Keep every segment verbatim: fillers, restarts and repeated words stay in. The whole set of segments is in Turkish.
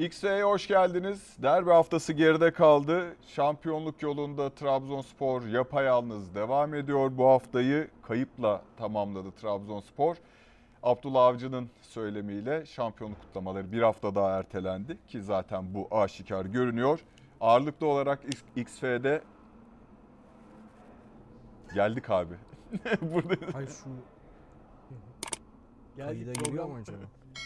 X V'ye hoş geldiniz. Derbi haftası geride kaldı. Şampiyonluk yolunda Trabzonspor yapayalnız devam ediyor. Bu haftayı kayıpla tamamladı Trabzonspor. Abdullah Avcı'nın söylemiyle şampiyonluk kutlamaları bir hafta daha ertelendi ki zaten bu aşikar görünüyor. Ağırlıklı olarak X V'de geldik abi. Burada Hayır şu Geldik kayıda giriyor mu acaba?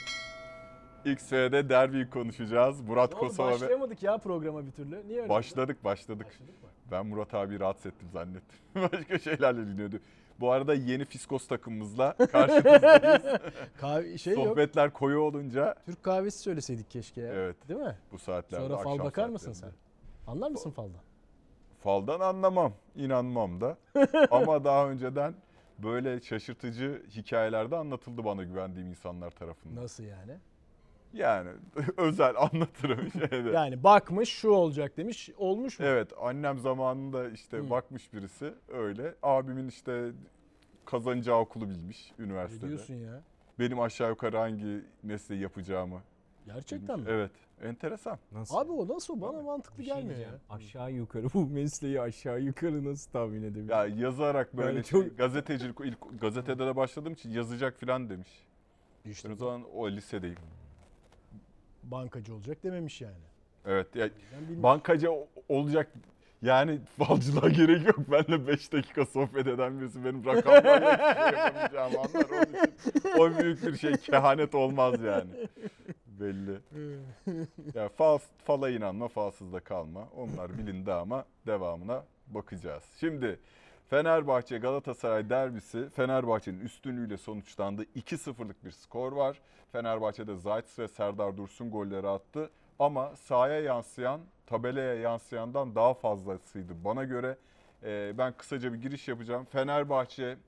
X V'de derbiyi konuşacağız. Murat Ne oldu, Kosova ve başlayamadık ya programa bir türlü. Niye öyle? başladık başladık. Başladık mı? Ben Murat abi rahatsız ettim zannettim. Başka şeylerle dinliyordu. Bu arada yeni Fiskos takımımızla karşınızdayız. Kahve, şey yok. Sohbetler koyu olunca Türk kahvesi söyleseydik keşke ya. evet Değil mi? bu saatlerde Sonra fal akşam bakar mısın sen? saatlerinde. Anlar mısın faldan? Faldan anlamam, inanmam da. Ama daha önceden böyle şaşırtıcı hikayelerde anlatıldı bana güvendiğim insanlar tarafından. Nasıl yani? Yani özel anlatırım şeyde. Yani bakmış şu olacak demiş, olmuş mu? Evet, annem zamanında işte Hı. bakmış birisi öyle. Abimin işte kazanacağı okulu bilmiş Ne üniversitede. diyorsun ya? Benim aşağı yukarı hangi mesleği yapacağımı. Gerçekten mi? Evet, enteresan. Nasıl? Abi o nasıl bana mantıklı Bir şey gelmiyor ya. diyeceğim. Aşağı yukarı bu mesleği aşağı yukarı nasıl tahmin edebilirim? Ya yazarak böyle Yani şey, çok- gazetecilik, ilk gazetede de başladığım için yazacak falan demiş. İşte Ben o zaman o lisedeyim. bankacı olacak dememiş yani. Evet, ya Ben bilmiyorum. bankacı o- olacak yani falcılığa gerek yok. Benle beş dakika sohbet eden birisi benim rakamlarla hiçbir şey yapamayacağımı anlar. Onun için o büyük bir şey, kehanet olmaz yani. Belli. Ya fal, fala inanma, falsızda kalma. Onlar bilindi ama devamına bakacağız. Şimdi Fenerbahçe Galatasaray derbisi Fenerbahçe'nin üstünlüğüyle sonuçlandı. iki sıfırlık bir skor var. Fenerbahçe'de Zayt ve Serdar Dursun golleri attı. Ama sahaya yansıyan, tabelaya yansıyandan daha fazlasıydı bana göre. Ee, ben kısaca bir giriş yapacağım. Fenerbahçe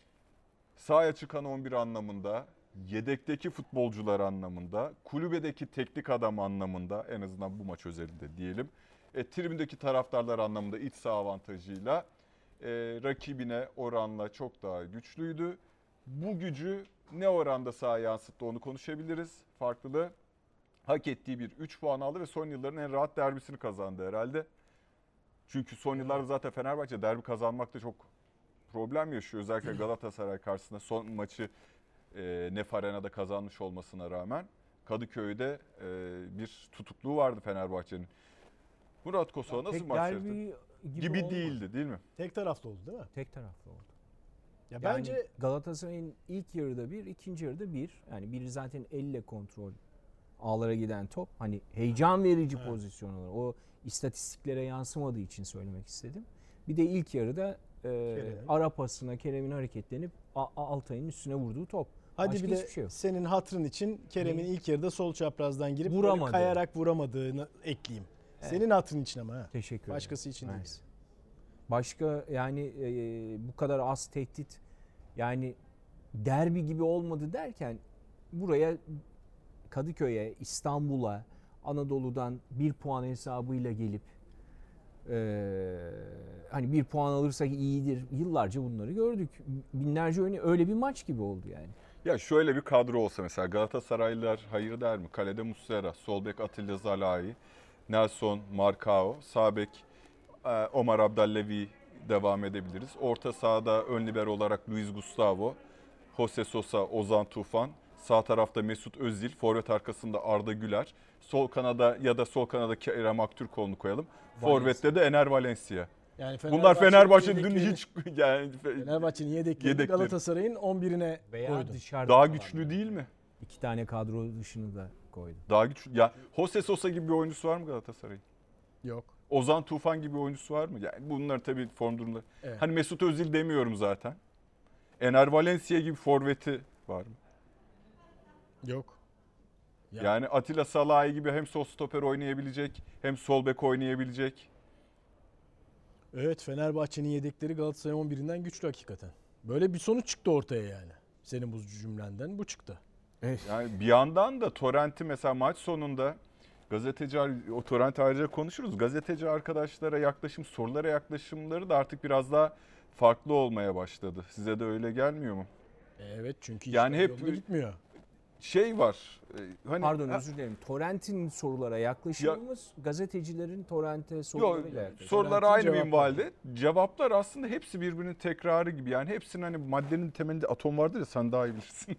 sahaya çıkan on bir anlamında, yedekteki futbolcular anlamında, kulübedeki teknik adam anlamında, en azından bu maç özelinde diyelim. E, tribündeki taraftarlar anlamında iç saha avantajıyla e, rakibine oranla çok daha güçlüydü. Bu gücü ne oranda sahaya yansıttı onu konuşabiliriz. Farklılığı hak ettiği bir üç puan aldı ve son yılların en rahat derbisini kazandı herhalde. Çünkü son yıllarda zaten Fenerbahçe derbi kazanmakta çok problem yaşıyor. Özellikle Galatasaray karşısında son maçı e, Nef Arena'da kazanmış olmasına rağmen Kadıköy'de e, bir tutukluğu vardı Fenerbahçe'nin. Murat Kosova nasıl Tek maç derbi seyretti? gibi, Gibi olmadı. değildi değil mi? Tek taraflı oldu değil mi? Tek taraflı oldu. Ya Yani bence Galatasaray'ın ilk yarıda bir, ikinci yarıda bir. Yani biri zaten elle kontrol, ağlara giden top. Hani heyecan verici Evet. pozisyonlar. O istatistiklere yansımadığı için söylemek istedim. Bir de ilk yarıda e, Kerem'in. ara pasına Kerem'in hareketlenip A- A- Altay'ın üstüne vurduğu top. hadi Başka bir de hiçbir şey yok. senin hatırın için Kerem'in Ne? ilk yarıda sol çaprazdan girip böyle Vuramadı. kayarak vuramadığını ekleyeyim. Evet. Senin hatırın için ama ha. Teşekkür ederim. Başkası için değil. Mersi. Başka yani e, bu kadar az tehdit yani derbi gibi olmadı derken buraya Kadıköy'e, İstanbul'a, Anadolu'dan bir puan hesabıyla gelip e, hani bir puan alırsak iyidir. Yıllarca bunları gördük. Binlerce öyle, öyle bir maç gibi oldu yani. Ya şöyle bir kadro olsa mesela Galatasaraylılar hayır der mi? Kalede Muslera, sol bek Atilla Zalai, Nelson, Marcao, sağ bek e, Omar Abdallavi devam edebiliriz. Orta sahada ön libero olarak Luis Gustavo, Jose Sosa, Ozan Tufan, sağ tarafta Mesut Özil, forvet arkasında Arda Güler, sol kanada ya da sol kanada Kerem Aktürkoğlu'nu koyalım. Forvette de Ener Valencia. Yani Bunlar Fenerbahçe'nin dün yedekleri- hiç yani Fenerbahçe'nin yedekleri Yedekleri. Galatasaray'ın on birine Veya koydu. dışarıda daha falan güçlü böyle. değil mi? İki tane kadro dışını da koydu. Daha güçlü. Ya Jose Sosa gibi bir oyuncusu var mı Galatasaray'ın? Yok. Ozan Tufan gibi bir oyuncusu var mı? Yani bunlar tabii form durumları. Evet. Hani Mesut Özil demiyorum zaten. Ener Valencia gibi forveti var mı? Yok. Ya. Yani Atilla Salahi gibi hem sol stoper oynayabilecek hem sol bek oynayabilecek. Evet, Fenerbahçe'nin yedekleri Galatasaray on birinden güçlü hakikaten. Böyle bir sonuç çıktı ortaya yani. Senin bu cümlenden bu çıktı. Yani bir yandan da Torrent'i mesela maç sonunda gazeteci, o Torrent ayrıca konuşuruz. Gazeteci arkadaşlara yaklaşım, sorulara yaklaşımları da artık biraz daha farklı olmaya başladı. Size de öyle gelmiyor mu? Evet, çünkü Yani yani hep- hep gitmiyor. şey var. e, Hani Pardon ha- özür dilerim. Torrent'in sorulara yaklaşımımız gazetecilerin Torrent'e Yo, sorularıyla yaklaşımı. Torrent'in sorular aynı cevapları. minvalde. Cevaplar aslında hepsi birbirinin tekrarı gibi. Yani hepsinin hani maddenin temelinde atom vardır ya, sen daha iyi bilirsin.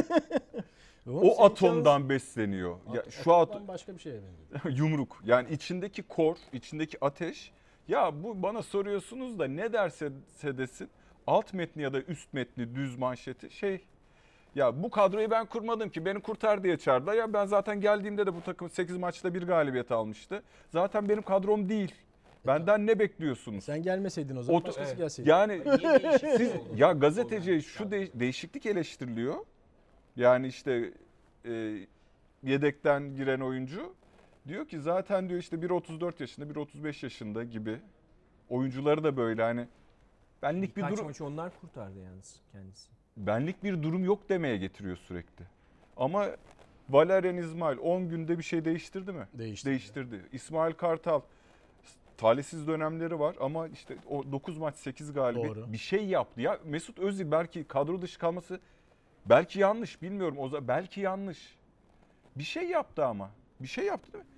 O atomdan besleniyor. Ya şu atom başka bir şeye benziyor. yumruk. Yani içindeki kor, içindeki ateş. Ya bu bana soruyorsunuz da ne derse desin, alt metni ya da üst metni, düz manşeti şey. Ya bu kadroyu ben kurmadım ki, beni kurtar diye çağırdılar. Ya ben zaten geldiğimde de bu takım sekiz maçta bir galibiyet almıştı. Zaten benim kadrom değil. Benden ne bekliyorsunuz? Sen gelmeseydin o zaman Otur- başkası Evet. gelseydi. Yani Niye değişiklik siz oldu? ya gazeteciye şu de- değişiklik eleştiriliyor. Yani işte e, yedekten giren oyuncu diyor ki zaten diyor işte biri otuz dört yaşında, biri otuz beş yaşında gibi. Oyuncuları da böyle hani benlik bir Birkaç durum maç onlar kurtardı yalnız kendisi. benlik bir durum yok demeye getiriyor sürekli. Ama Valerian İsmail on günde bir şey değiştirdi mi? Değiştirdi. Değiştirdi. İsmail Kartal talihsiz dönemleri var ama işte o dokuz maç sekiz galibiyet Doğru. bir şey yaptı. Ya Mesut Özil belki kadro dışı kalması belki yanlış, bilmiyorum o zaman, belki yanlış. Bir şey yaptı ama. Bir şey yaptı değil mi?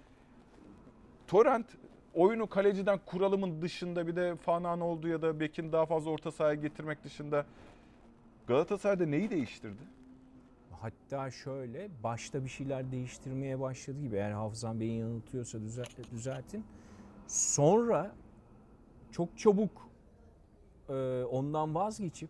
Torrent oyunu kaleciden kuralımın dışında, bir de Fanan oldu ya da Bekin daha fazla orta sahaya getirmek dışında Galatasaray'da neyi değiştirdi? Hatta şöyle başta bir şeyler değiştirmeye başladı gibi, eğer Hafızan Bey'in yanıltıyorsa düzelt, düzeltin. Sonra çok çabuk e, ondan vazgeçip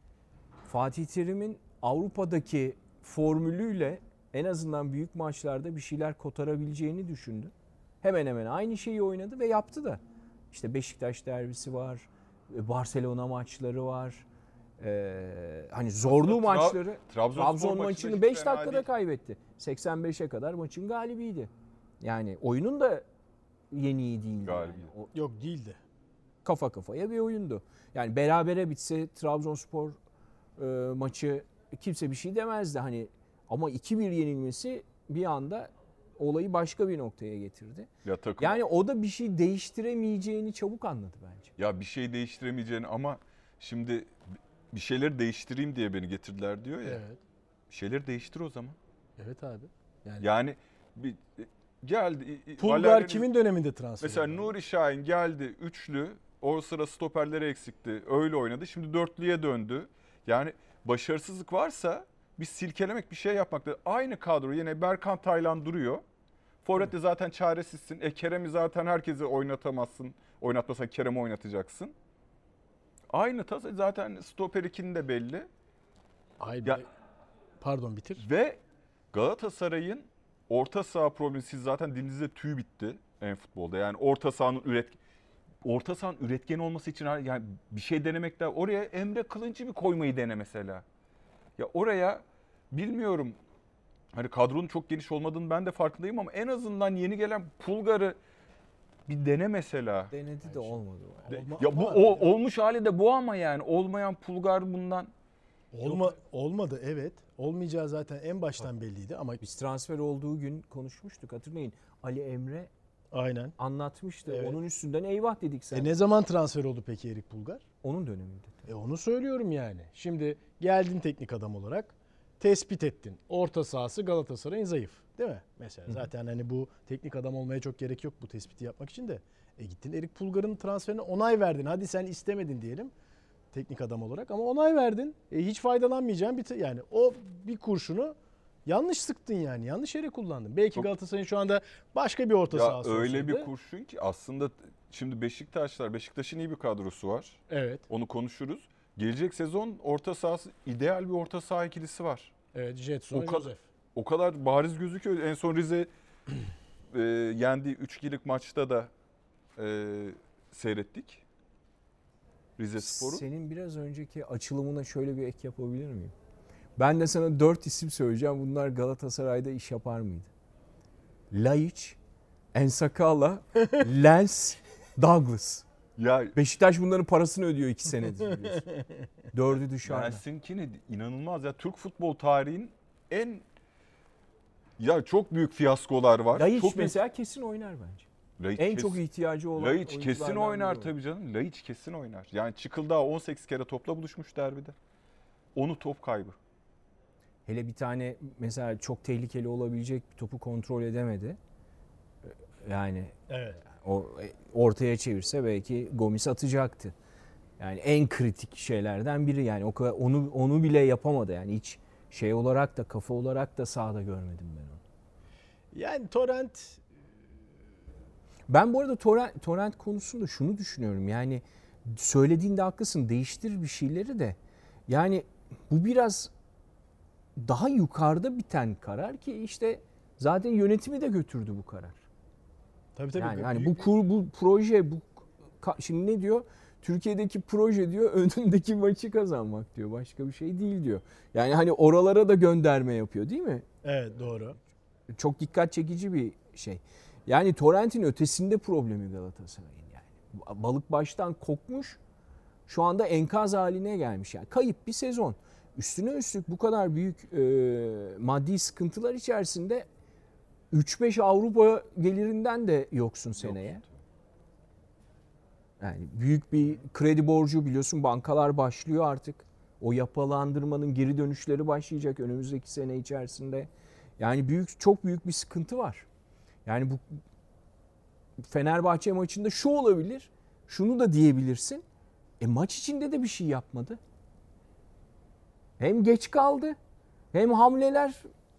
Fatih Terim'in Avrupa'daki formülüyle en azından büyük maçlarda bir şeyler kotarabileceğini düşündü. Hemen hemen aynı şeyi oynadı ve yaptı da. İşte Beşiktaş derbisi var, Barcelona maçları var. Ee, hani zorlu Aslında Tra- maçları, Trabzonspor Trabzon maçı da maçını hiç beş fena dakikada değil. kaybetti. seksen beşe kadar maçın galibiydi. Yani oyunun da yeniği değildi. Galibi. Yani. O Yok değildi. kafa kafaya bir oyundu. Yani berabere bitse Trabzonspor e, maçı kimse bir şey demezdi hani, ama iki bir yenilmesi bir anda olayı başka bir noktaya getirdi. Ya takım Yani o da bir şey değiştiremeyeceğini çabuk anladı bence. ya bir şey değiştiremeyeceğini, ama şimdi bir şeyleri değiştireyim diye beni getirdiler diyor ya. Evet. Bir şeyleri değiştir o zaman. Evet abi. Yani, Yani bir geldi. Pulgar Valerian- kimin döneminde transfer Mesela oldu? Nuri Şahin geldi üçlü. O sıra stoperleri eksikti. Öyle oynadı. Şimdi dörtlüye döndü. Yani başarısızlık varsa bir silkelemek, bir şey yapmak da. Aynı kadro yine Berkan Taylan duruyor. Forvet'te zaten çaresizsin. E Kerem'i zaten herkese oynatamazsın. Oynatmasan Kerem'i oynatacaksın. Aynı tas zaten stoper ikinin de belli. Ay, Ya- be- Pardon bitir. Ve Galatasaray'ın orta saha problemi, siz zaten dilinizde tüy bitti en futbolda. Yani orta sahanın üret orta sahanın üretken olması için yani bir şey denemekte, oraya Emre Kılınç'ı bir koymayı dene mesela. Ya oraya bilmiyorum, hani kadronun çok geniş olmadığını ben de farkındayım ama en azından yeni gelen Pulgar'ı bir dene mesela. Denedi de olmadı. De- Olma- ya bu ama- o, olmuş hali de bu, ama yani olmayan Pulgar bundan. Olma, olmadı evet. Olmayacağı zaten en baştan belliydi ama Biz transfer olduğu gün konuşmuştuk, hatırlayın. Ali Emre aynen. anlatmıştı. Evet. Onun üstünden eyvah dedik sen. E ne zaman transfer oldu peki Erik Pulgar? Onun döneminde. E onu söylüyorum yani. Şimdi geldin teknik adam olarak, tespit ettin. Orta sahası Galatasaray'ın zayıf. Değil mi? Mesela Hı hı. zaten hani bu teknik adam olmaya çok gerek yok bu tespiti yapmak için de. E gittin Erik Pulgar'ın transferine onay verdin. Hadi sen istemedin diyelim teknik adam olarak ama onay verdin. E hiç faydalanmayacağın bir te- yani o bir kurşunu yanlış sıktın yani. Yanlış yere kullandın. Belki Çok- Galatasaray'ın şu anda başka bir orta Ya sahası öyle bir olsaydı- kurşun ki aslında şimdi Beşiktaşlar, Beşiktaş'ın iyi bir kadrosu var. Evet. Onu konuşuruz. Gelecek sezon orta sahası, ideal bir orta saha ikilisi var. Evet, Jetson, O kadar- Joseph. O kadar bariz gözüküyor. En son Rize e, yendiği üç ikilik maçta da e, seyrettik. Rize Spor'u. Senin biraz önceki açılımına şöyle bir ek yapabilir miyim? Ben de sana dört isim söyleyeceğim. Bunlar Galatasaray'da iş yapar mıydı? Laiç, Ensakala, Lens, Douglas. Ya Beşiktaş bunların parasını ödüyor iki senedir biliyorsun. Dördü dışarıda. Helsinki'ni inanılmaz ya, Türk futbol tarihinin en ya çok büyük fiyaskolar var. Laiç çok mesela kesin oynar bence. Laiç En kes- çok ihtiyacı olan Laiç kesin oyunculardan oynar biri o. tabii canım. Laiç kesin oynar. Yani Çıkıldağ on sekiz kere topla buluşmuş derbide. Onu top kaybı. Hele bir tane mesela çok tehlikeli olabilecek bir topu kontrol edemedi. Yani Evet. o ortaya çevirse belki Gomis atacaktı. Yani en kritik şeylerden biri yani o kadar onu onu bile yapamadı yani hiç şey olarak da kafa olarak da sahada görmedim ben onu. Yani Torrent Ben bu arada torrent, torrent konusunda şunu düşünüyorum. Yani söylediğinde haklısın, değiştir bir şeyleri de. Yani bu biraz daha yukarıda biten karar ki işte zaten yönetimi de götürdü bu karar. tabii tabii. Yani hani bu büyük bir- kur, bu proje bu ka- şimdi ne diyor? Türkiye'deki proje diyor önündeki maçı kazanmak diyor. Başka bir şey değil diyor. Yani hani oralara da gönderme yapıyor değil mi? Evet doğru. Çok dikkat çekici bir şey. Yani Torrent'in ötesinde problemi Galatasaray'ın yani. Balık baştan kokmuş. Şu anda enkaz haline gelmiş yani. Kayıp bir sezon. Üstüne üstlük bu kadar büyük e, maddi sıkıntılar içerisinde üç beş Avrupa gelirinden de yoksun seneye. Yok. Yani büyük bir kredi borcu biliyorsun bankalar başlıyor artık. O yapılandırmanın geri dönüşleri başlayacak önümüzdeki sene içerisinde. Yani büyük çok büyük bir sıkıntı var. Yani bu Fenerbahçe maçında şu olabilir. Şunu da diyebilirsin. E maç içinde de bir şey yapmadı. Hem geç kaldı hem hamleler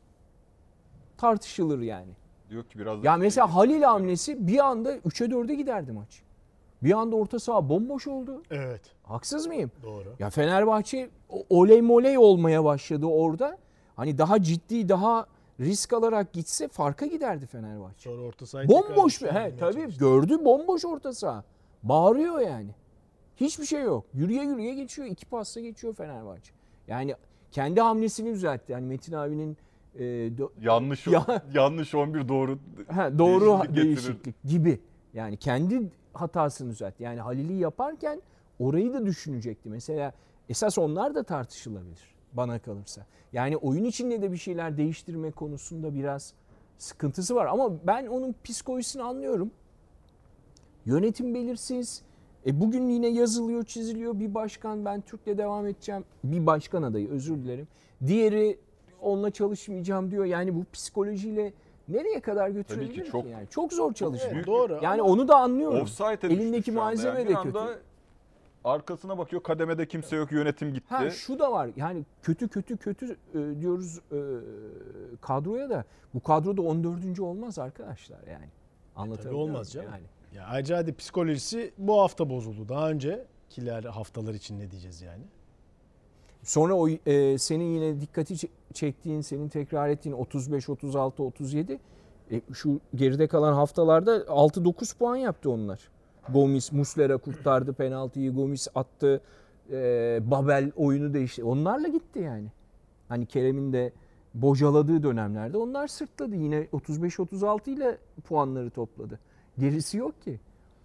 tartışılır yani. Diyor ki biraz da Ya şey- mesela Halil hamlesi bir anda üçe dörde giderdi maç. Bir anda orta saha bomboş oldu. Evet Haksız mıyım? doğru. Ya Fenerbahçe o- oley moley olmaya başladı orada. Hani daha ciddi, daha risk alarak gitse farka giderdi Fenerbahçe. Sonra orta sahayı tekrar Bomboş bir, he güçlendirmeye tabii çalıştı. gördü bomboş orta saha. Bağırıyor yani. Hiçbir şey yok. Yürüye yürüye geçiyor. İki pasla geçiyor Fenerbahçe. Yani kendi hamlesini düzeltti. Yani Metin abinin e, do- yanlış Ya- yanlış on bir doğru Ha, doğru değişiklik değişiklik, getirir. gibi. Yani kendi hatasını düzeltti. Yani Halil'i yaparken orayı da düşünecekti. Mesela esas onlar da tartışılabilir bana kalırsa. Yani oyun içinde de bir şeyler değiştirme konusunda biraz sıkıntısı var. Ama ben onun psikolojisini anlıyorum. Yönetim belirsiz. E bugün yine yazılıyor, çiziliyor. Bir başkan ben Türk'le devam edeceğim. Bir başkan adayı özür dilerim. Diğeri onunla çalışmayacağım diyor. Yani bu psikolojiyle nereye kadar götürebilir ki? çok- Yani çok zor çalışıyor. Evet, doğru. Yani ama onu da anlıyorum. Offside'e düştü Elindeki şu anda. malzeme Yani de bir anda kötü. arkasına bakıyor, kademede kimse yok, yönetim gitti. Ha şu da var. Yani kötü kötü kötü e, diyoruz e, kadroya da bu kadroda on dördüncü olmaz arkadaşlar yani. Anlatabiliyor olmaz muyum? canım. Yani. Ya ayrıca hadi psikolojisi bu hafta bozuldu. Daha öncekiler haftalar için ne diyeceğiz yani? Sonra o e, senin yine dikkati ç- çektiğin, senin tekrar ettiğin otuz beş, otuz altı, otuz yedi e, şu geride kalan haftalarda altı dokuz puan yaptı onlar. Gomis, Muslera kurtardı penaltıyı, Gomis attı, e, Babel oyunu değişti. Onlarla gitti yani. Hani Kerem'in de bocaladığı dönemlerde onlar sırtladı. Yine otuz beş otuz altı ile puanları topladı. Gerisi yok ki.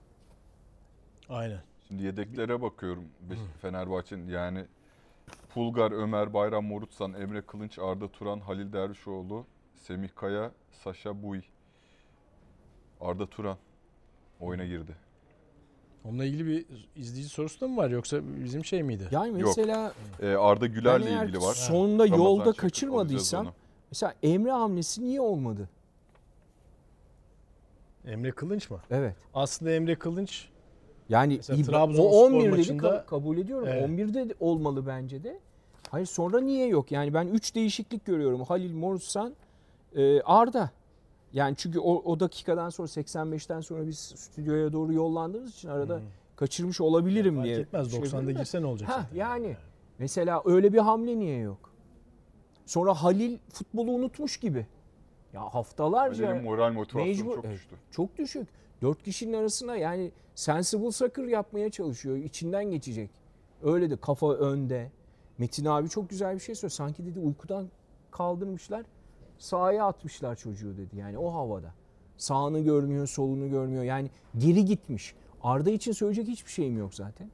Aynen. Şimdi yedeklere bakıyorum Beş- Fenerbahçe'nin yani Pulgar, Ömer Bayram, Morutsan, Emre Kılınç, Arda Turan, Halil Dervişoğlu, Semih Kaya, Saşa Buy. Arda Turan oyuna girdi. Onunla ilgili bir izleyici sorusu da mı var yoksa bizim şey miydi? Yani mesela Ee, Arda ben Güler'le eğer ilgili var. sonunda Ramazan yolda Çakır, kaçırmadıysam alacağız mesela Emre hamlesi niye olmadı? Emre Kılınç mı? Evet. Aslında Emre Kılınç Yani Mesela İb- Trabzonspor o on bir dedi maçında- ka- kabul ediyorum. Evet. on birde de olmalı bence de. Hayır sonra niye yok? Yani ben üç değişiklik görüyorum. Halil, Morutsan, e, Arda. Yani çünkü o, o dakikadan sonra seksen beşten sonra biz stüdyoya doğru yollandığımız için arada kaçırmış olabilirim fark diye. etmez şey doksanda yapıyorum da. girse ne olacak Ha, zaten? yani mesela öyle bir hamle niye yok? Sonra Halil futbolu unutmuş gibi. Ya haftalarca Halil'in moral motivasyonu mecbur- çok evet, düştü. çok düşük. Dört kişinin arasına yani sensible soccer yapmaya çalışıyor. İçinden geçecek. Öyle de kafa önde. Metin abi çok güzel bir şey söylüyor. Sanki dedi uykudan kaldırmışlar. Sahaya atmışlar çocuğu dedi. Yani o havada. Sağını görmüyor, solunu görmüyor. Yani geri gitmiş. Arda için söyleyecek hiçbir şeyim yok zaten.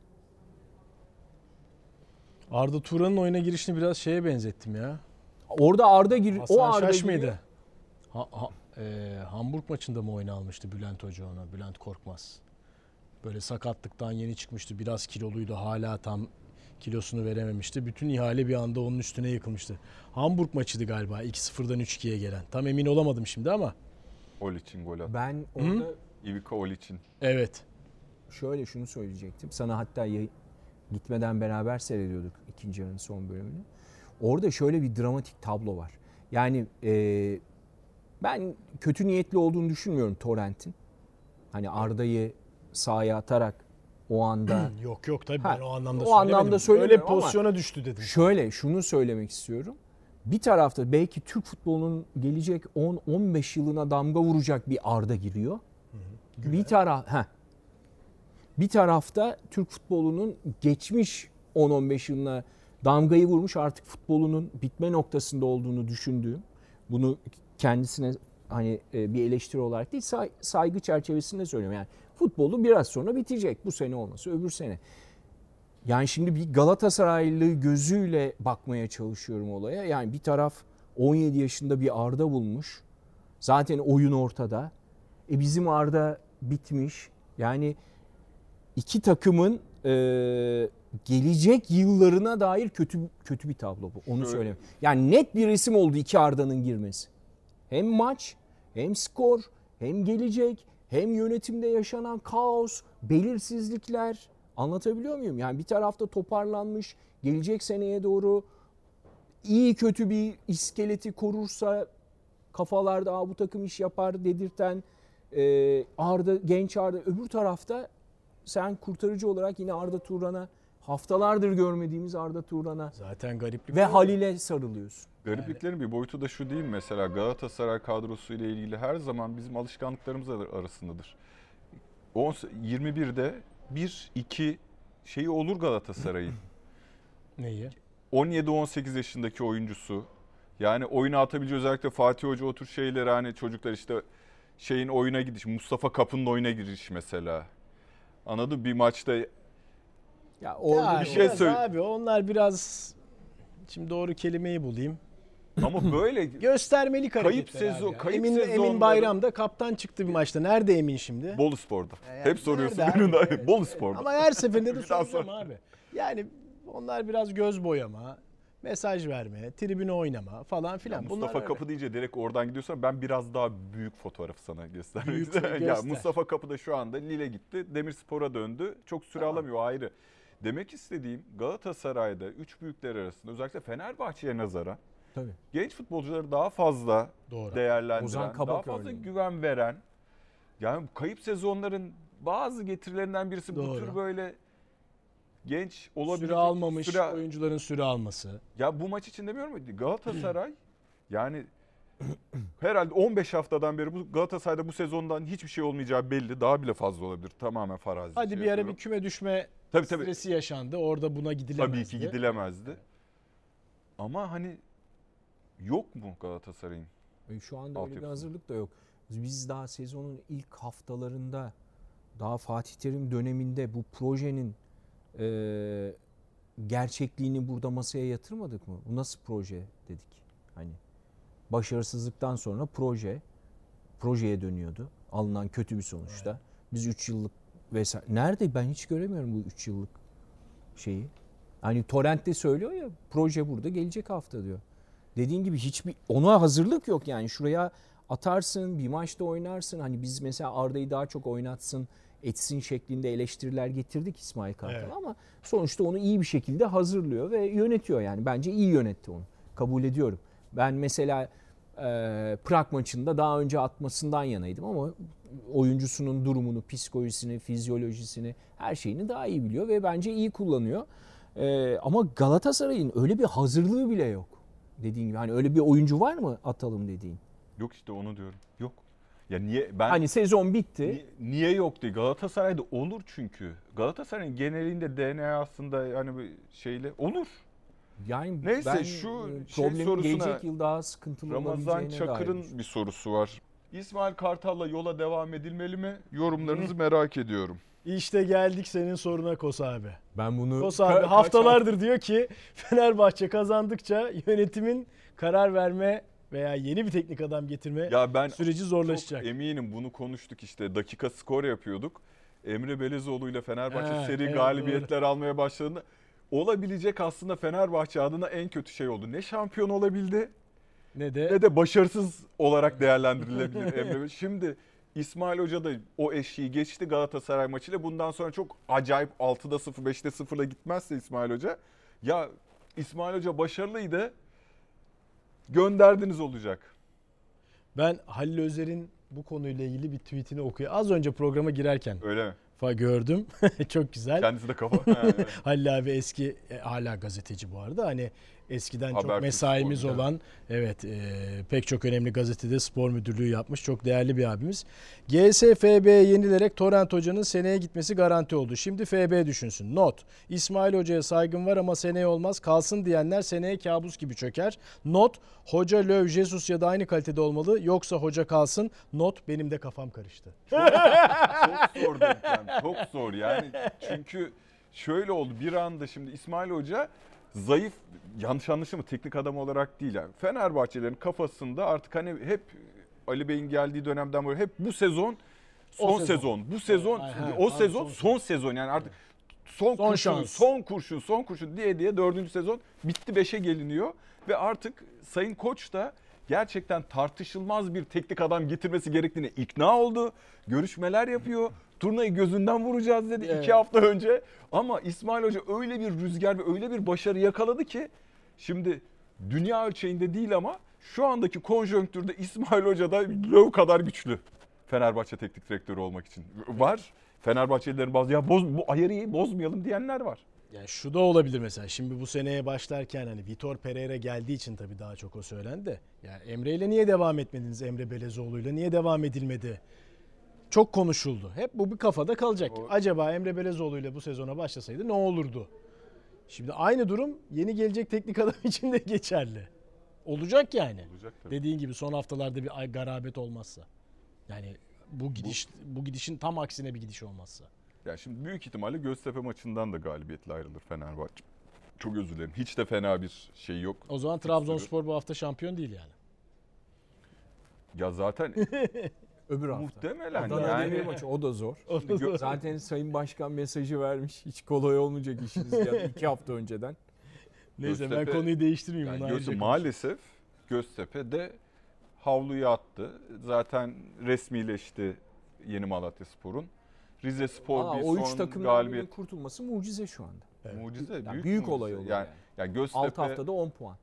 Arda Turan'ın oyuna girişini biraz şeye benzettim ya. Orada Arda gir, Hasan o Arda Şaş giriyor. mıydı? Ha, ha- e, Hamburg maçında mı oyuna almıştı Bülent Hoca onu? Bülent Korkmaz. Böyle sakatlıktan yeni çıkmıştı. Biraz kiloluydu. Hala tam kilosunu verememişti. Bütün ihale bir anda onun üstüne yıkılmıştı. Hamburg maçıydı galiba iki sıfırdan üç ikiye gelen. Tam emin olamadım şimdi ama. Olic'in gol attı. Ben orada Ivica Olic'in. Evet. şöyle şunu söyleyecektim. Sana hatta yayın, gitmeden beraber seyrediyorduk ikinci yarının son bölümünü. Orada şöyle bir dramatik tablo var. Yani e, ben kötü niyetli olduğunu düşünmüyorum Torrent'in. Hani Arda'yı sahaya atarak o anda Yok yok tabii Ha, ben o anlamda o söylemedim. anlamda Öyle söylemiyorum ama- pozisyona düştü dedim. şöyle şunu söylemek istiyorum. Bir tarafta belki Türk futbolunun gelecek on on beş yılına damga vuracak bir Arda giriyor. Bir taraf heh. Bir tarafta Türk futbolunun geçmiş on on beş yılına damgayı vurmuş, artık futbolunun bitme noktasında olduğunu düşündüğüm, bunu kendisine hani e, bir eleştiri olarak değil, say- saygı çerçevesinde söylüyorum. Yani futbolu biraz sonra bitecek. Bu sene olmasa öbür sene. Yani şimdi bir Galatasaraylı gözüyle bakmaya çalışıyorum olaya. Yani bir taraf on yedi yaşında bir Arda bulmuş. Zaten oyun ortada. E bizim Arda bitmiş. Yani iki takımın e, gelecek yıllarına dair kötü kötü bir tablo bu. Onu Şöyle- söyleyeyim. Yani net bir resim oldu iki Arda'nın girmesi. Hem maç, hem skor, hem gelecek, hem yönetimde yaşanan kaos, belirsizlikler. Anlatabiliyor muyum? Yani bir tarafta toparlanmış, gelecek seneye doğru iyi kötü bir iskeleti korursa kafalarda Aa, bu takım iş yapar dedirten e, Arda, genç Arda. Öbür tarafta sen kurtarıcı olarak yine Arda Turan'a, haftalardır görmediğimiz Arda Turan'a Zaten gariplik. ve o. Halil'e sarılıyorsun. Garipliklerin bir boyutu da şu değil mi? Mesela Galatasaray kadrosu ile ilgili her zaman bizim alışkanlıklarımız arasındadır. on yirmi birde bir iki şeyi olur Galatasaray'ın. Neyi? on yedi on sekiz yaşındaki oyuncusu. Yani oyuna atabileceği, özellikle Fatih Hoca o tür şeyleri, hani çocuklar işte şeyin oyuna gidiş, Mustafa Kapı'nın oyuna giriş mesela. Anladın mı? Bir maçta Ya orada Ya bir şey biraz söyle- Abi onlar biraz, şimdi doğru kelimeyi bulayım. ama böyle Göstermelik Kayıp hareketler sezon- abi ya. kayıp Emin, sezonları- Emin Bayram da kaptan çıktı bir maçta. Nerede Emin şimdi? Bolu Spor'da. Yani Hep soruyorsun. nerede Birinin abi? de- Bolu Spor'da. Ama her seferinde de Bir daha soracağım sor. abi. Yani onlar biraz göz boyama, mesaj verme, tribüne oynama falan Ya filan. Bunlar Mustafa öyle. Kapı deyince direkt oradan gidiyorsan ben biraz daha büyük fotoğrafı sana göstermek Büyük istiyorum. Ya göster. Mustafa Kapı da şu anda Lille gitti. Demirspor'a döndü. Çok süre Tamam. alamıyor, ayrı. Demek istediğim, Galatasaray'da üç büyükler arasında özellikle Fenerbahçe'ye nazaran tabii. genç futbolcuları daha fazla Doğru. değerlendiren, Ozan Kabak daha fazla örneğin. güven veren, yani kayıp sezonların bazı getirilerinden birisi bu Doğru. tür böyle genç olabilecek Süre almamış süre- oyuncuların süre alması. Ya bu maç için demiyorum. Galatasaray yani herhalde on beş haftadan beri bu Galatasaray'da bu sezondan hiçbir şey olmayacağı belli. Daha bile fazla olabilir. Tamamen farazi. Hadi bir ara bir küme düşme tabii, tabii. stresi yaşandı. Orada buna gidilemezdi. Tabii ki gidilemezdi. Ama hani yok mu Galatasaray'ın? E, Şu anda öyle bir Altyapısı. hazırlık da yok. Biz daha sezonun ilk haftalarında, daha Fatih Terim döneminde bu projenin e, gerçekliğini burada masaya yatırmadık mı? Bu nasıl proje dedik. Hani başarısızlıktan sonra proje projeye dönüyordu. Alınan kötü bir sonuçta. Biz üç yıllık vesaire. Nerede? Ben hiç göremiyorum bu üç yıllık şeyi. Hani Torrent'te söylüyor ya, proje burada gelecek hafta diyor. Dediğin gibi hiçbir ona hazırlık yok yani. Şuraya atarsın, bir maçta oynarsın. Hani biz mesela Arda'yı daha çok oynatsın, etsin şeklinde eleştiriler getirdik İsmail Kartal, Evet. ama sonuçta onu iyi bir şekilde hazırlıyor ve yönetiyor yani. Bence iyi yönetti onu. Kabul ediyorum. Ben mesela e, Prag maçında daha önce atmasından yanaydım ama oyuncusunun durumunu, psikolojisini, fizyolojisini, her şeyini daha iyi biliyor ve bence iyi kullanıyor. E, ama Galatasaray'ın öyle bir hazırlığı bile yok. Dediğin gibi hani öyle bir oyuncu var mı atalım dediğin? Yok işte onu diyorum. Yok. Ya niye ben Hani sezon bitti. Ni- Niye yok diye. Galatasaray'da olur çünkü. Galatasaray'ın genelinde D N A'sında yani bir şeyle olur. Yani Neyse, ben şu e, şey problemin sorusuna- gelecek yıl daha sıkıntılı Ramazan olabileceğine Çakır'ın dair. bir sorusu var. İsmail Kartal'la yola devam edilmeli mi? Yorumlarınızı merak ediyorum. İşte geldik senin soruna Kos abi. Ben bunu Kos abi Ka- kaç haftalardır diyor ki Fenerbahçe kazandıkça yönetimin karar verme veya yeni bir teknik adam getirme Ya ben süreci zorlaşacak. çok eminim, bunu konuştuk işte. Dakika skor yapıyorduk. Emre Belezoğlu ile Fenerbahçe Ha, seri evet, galibiyetler almaya başladığında olabilecek aslında Fenerbahçe adına en kötü şey oldu. Ne şampiyon olabildi Ne de ne de başarısız olarak değerlendirilebilir Emre Bey. Şimdi İsmail Hoca da o eşiği geçti Galatasaray maçıyla. Bundan sonra çok acayip altıda sıfır, beşte sıfırla gitmezse İsmail Hoca. Ya İsmail Hoca başarılıydı. Gönderdiniz olacak. ben Halil Özer'in bu konuyla ilgili bir tweetini okuyor. Az önce programa girerken Öyle mi? fa gördüm. Çok güzel. Kendisi de kafa. Yani. Halil abi eski e, hala gazeteci bu arada. Hani eskiden çok Habertürk mesaimiz Spor, olan evet e, pek çok önemli gazetede spor müdürlüğü yapmış. Çok değerli bir abimiz. G S F B'ye yenilerek Torrent Hoca'nın seneye gitmesi garanti oldu. Şimdi F B düşünsün. Not. İsmail Hoca'ya saygım var ama seneye olmaz. Kalsın diyenler seneye kabus gibi çöker. Not. Hoca Löw, Jesus ya da aynı kalitede olmalı. Yoksa hoca kalsın. Not. Benim de kafam karıştı. Çok zor denklem. Çok zor yani. Çünkü şöyle oldu. Bir anda şimdi İsmail Hoca zayıf, yanlış anlaşılma, teknik adam olarak değil yani. Fenerbahçelerin kafasında artık hani hep Ali Bey'in geldiği dönemden böyle hep bu sezon son sezon. sezon. Bu sezon Ay, ha, o abi sezon son son sezon yani artık son, Son kurşun, şans. son kurşun, son kurşun diye diye dördüncü sezon bitti, beşe geliniyor ve artık Sayın Koç da gerçekten tartışılmaz bir teknik adam getirmesi gerektiğine ikna oldu. Görüşmeler yapıyor. Turnayı gözünden vuracağız dedi Evet. iki hafta önce. Ama İsmail Hoca öyle bir rüzgar ve öyle bir başarı yakaladı ki şimdi dünya ölçeğinde değil ama şu andaki konjonktürde İsmail Hoca da Löw kadar güçlü Fenerbahçe teknik direktörü olmak için. Var. Fenerbahçelilerin bazı ya boz, bu ayarıyı bozmayalım diyenler var. Yani şu da olabilir mesela. Şimdi bu seneye başlarken hani Vitor Pereira geldiği için tabii daha çok o söylendi de. Yani Emre ile niye devam etmediniz? Emre Belezoğlu'yla niye devam edilmedi? Çok konuşuldu. Hep bu bir kafada kalacak. O- Acaba Emre Belezoğlu'yla bu sezona başlasaydı ne olurdu? Şimdi aynı durum yeni gelecek teknik adam için de geçerli. Olacak yani. Olacak tabii. Dediğin gibi son haftalarda bir ay- garabet olmazsa. Yani bu gidiş bu gidişin tam aksine bir gidiş olmazsa. Yani şimdi büyük ihtimalle Göztepe maçından da galibiyetle ayrılır Fenerbahçe. Çok özür dilerim. Hiç de fena bir şey yok. O zaman Trabzonspor bu hafta şampiyon değil yani. Ya zaten Öbür hafta. muhtemelen Adana yani. Demir maçı o da zor. Gö- Zaten Sayın Başkan mesajı vermiş. Hiç kolay olmayacak işiniz ya iki hafta önceden. Neyse ben Göztepe- konuyu değiştirmeyeyim. Yani bunu Göztepe, ayrıca konuşuruz. maalesef Göztepe de havluyu attı. Zaten resmileşti Yeni Malatyaspor'un. Rize Spor Aa, bir o üç son takımdan galibiyet. birinin kurtulması mucize şu anda. Evet. Mucize, Yani büyük, büyük mucize. olay oluyor Yani, yani. yani Göztepe altı haftada on puan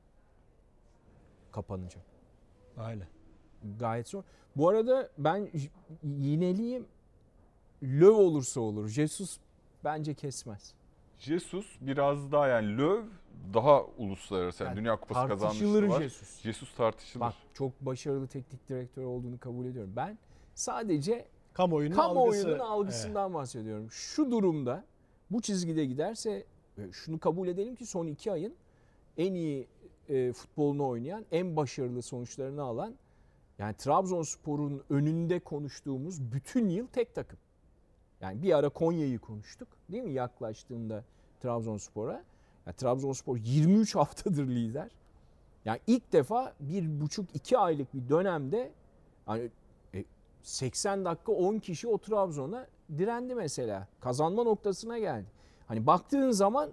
kapanacak. Aynen. Gayet zor. Bu arada ben j- yineliyim. Löw olursa olur. Jesus bence kesmez. Jesus biraz daha yani Löw daha uluslararası yani Yani Dünya Kupası Tartışılır kazanmışlığı var. Jesus. Jesus tartışılır. Bak çok başarılı teknik direktör olduğunu kabul ediyorum. Ben sadece Kamuoyunun kamuoyunun algısı. algısından bahsediyorum. Şu durumda bu çizgide giderse e, şunu kabul edelim ki son iki ayın en iyi e, futbolunu oynayan, en başarılı sonuçlarını alan, yani Trabzonspor'un önünde konuştuğumuz bütün yıl tek takım. Yani bir ara Konya'yı konuştuk değil mi yaklaştığında Trabzonspor'a. Yani Trabzonspor yirmi üç haftadır lider. Yani ilk defa bir buçuk iki aylık bir dönemde hani e, seksen dakika on kişi o Trabzon'a direndi mesela. Kazanma noktasına geldi. Hani baktığın zaman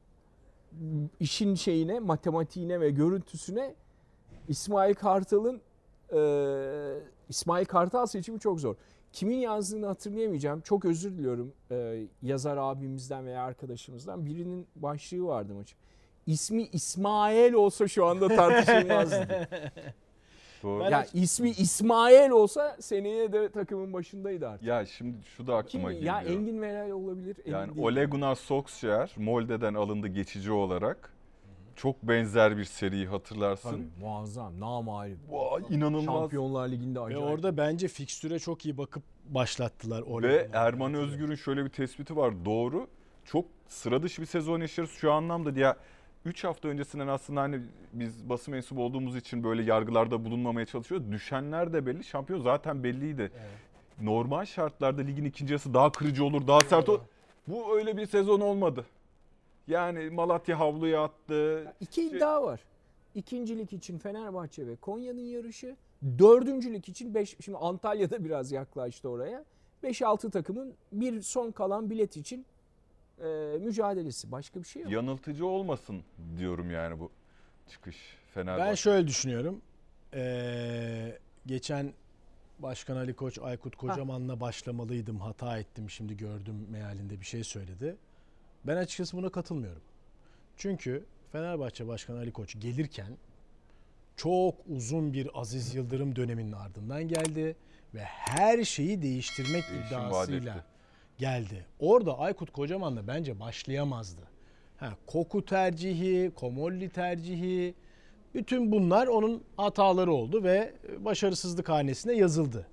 işin şeyine, matematiğine ve görüntüsüne İsmail Kartal'ın e, İsmail Kartal seçimi çok zor. Kimin yazdığını hatırlayamayacağım. Çok özür diliyorum e, yazar abimizden veya arkadaşımızdan. Birinin başlığı vardı maçı. İsmi İsmail olsa şu anda tartışılmazdı. Doğru. Ben- Ya ismi İsmail olsa seneye de takımın başındaydı artık. Ya şimdi şu da aklıma Kim? geliyor. Ya Engin Meral olabilir. emin Yani değilim. Ole Gunnar Solskjaer Molde'den alındı geçici olarak. Çok benzer bir seriyi hatırlarsın. Tabii, muazzam, namağlup. Vay, inanılmaz. Şampiyonlar Ligi'nde Ve acayip. orada bence fikstüre çok iyi bakıp başlattılar. Ole Ve Gunnar. Erman Özgür'ün şöyle bir tespiti var. Doğru. Çok sıra dışı bir sezon yaşarız şu anlamda. Ya üç hafta öncesinden aslında hani biz basın mensubu olduğumuz için böyle yargılarda bulunmamaya çalışıyoruz. Düşenler de belli. Şampiyon zaten belliydi. Evet. Normal şartlarda ligin ikinci yarısı daha kırıcı olur, daha sert olur. Bu öyle bir sezon olmadı. Yani Malatya havluya attı. İki Şey- iddia var. İkincilik için Fenerbahçe ve Konya'nın yarışı. Dördüncülük için beş, şimdi Antalya'da biraz yaklaştı oraya. beş altı takımın bir son kalan bilet için e, mücadelesi. Başka bir şey yok. Yanıltıcı olmasın diyorum yani bu çıkış Fenerbahçe. Ben şöyle düşünüyorum. Ee, geçen Başkan Ali Koç, Aykut Kocaman'la başlamalıydım, hata ettim, şimdi gördüm mealinde bir şey söyledi. Ben açıkçası buna katılmıyorum. Çünkü Fenerbahçe Başkanı Ali Koç gelirken çok uzun bir Aziz Yıldırım döneminin ardından geldi ve her şeyi değiştirmek Değişim vaat iddiasıyla etti. geldi. Orada Aykut Kocaman'la bence başlayamazdı. Ha, koku tercihi, Komolli tercihi, bütün bunlar onun hataları oldu ve başarısızlık hanesine yazıldı.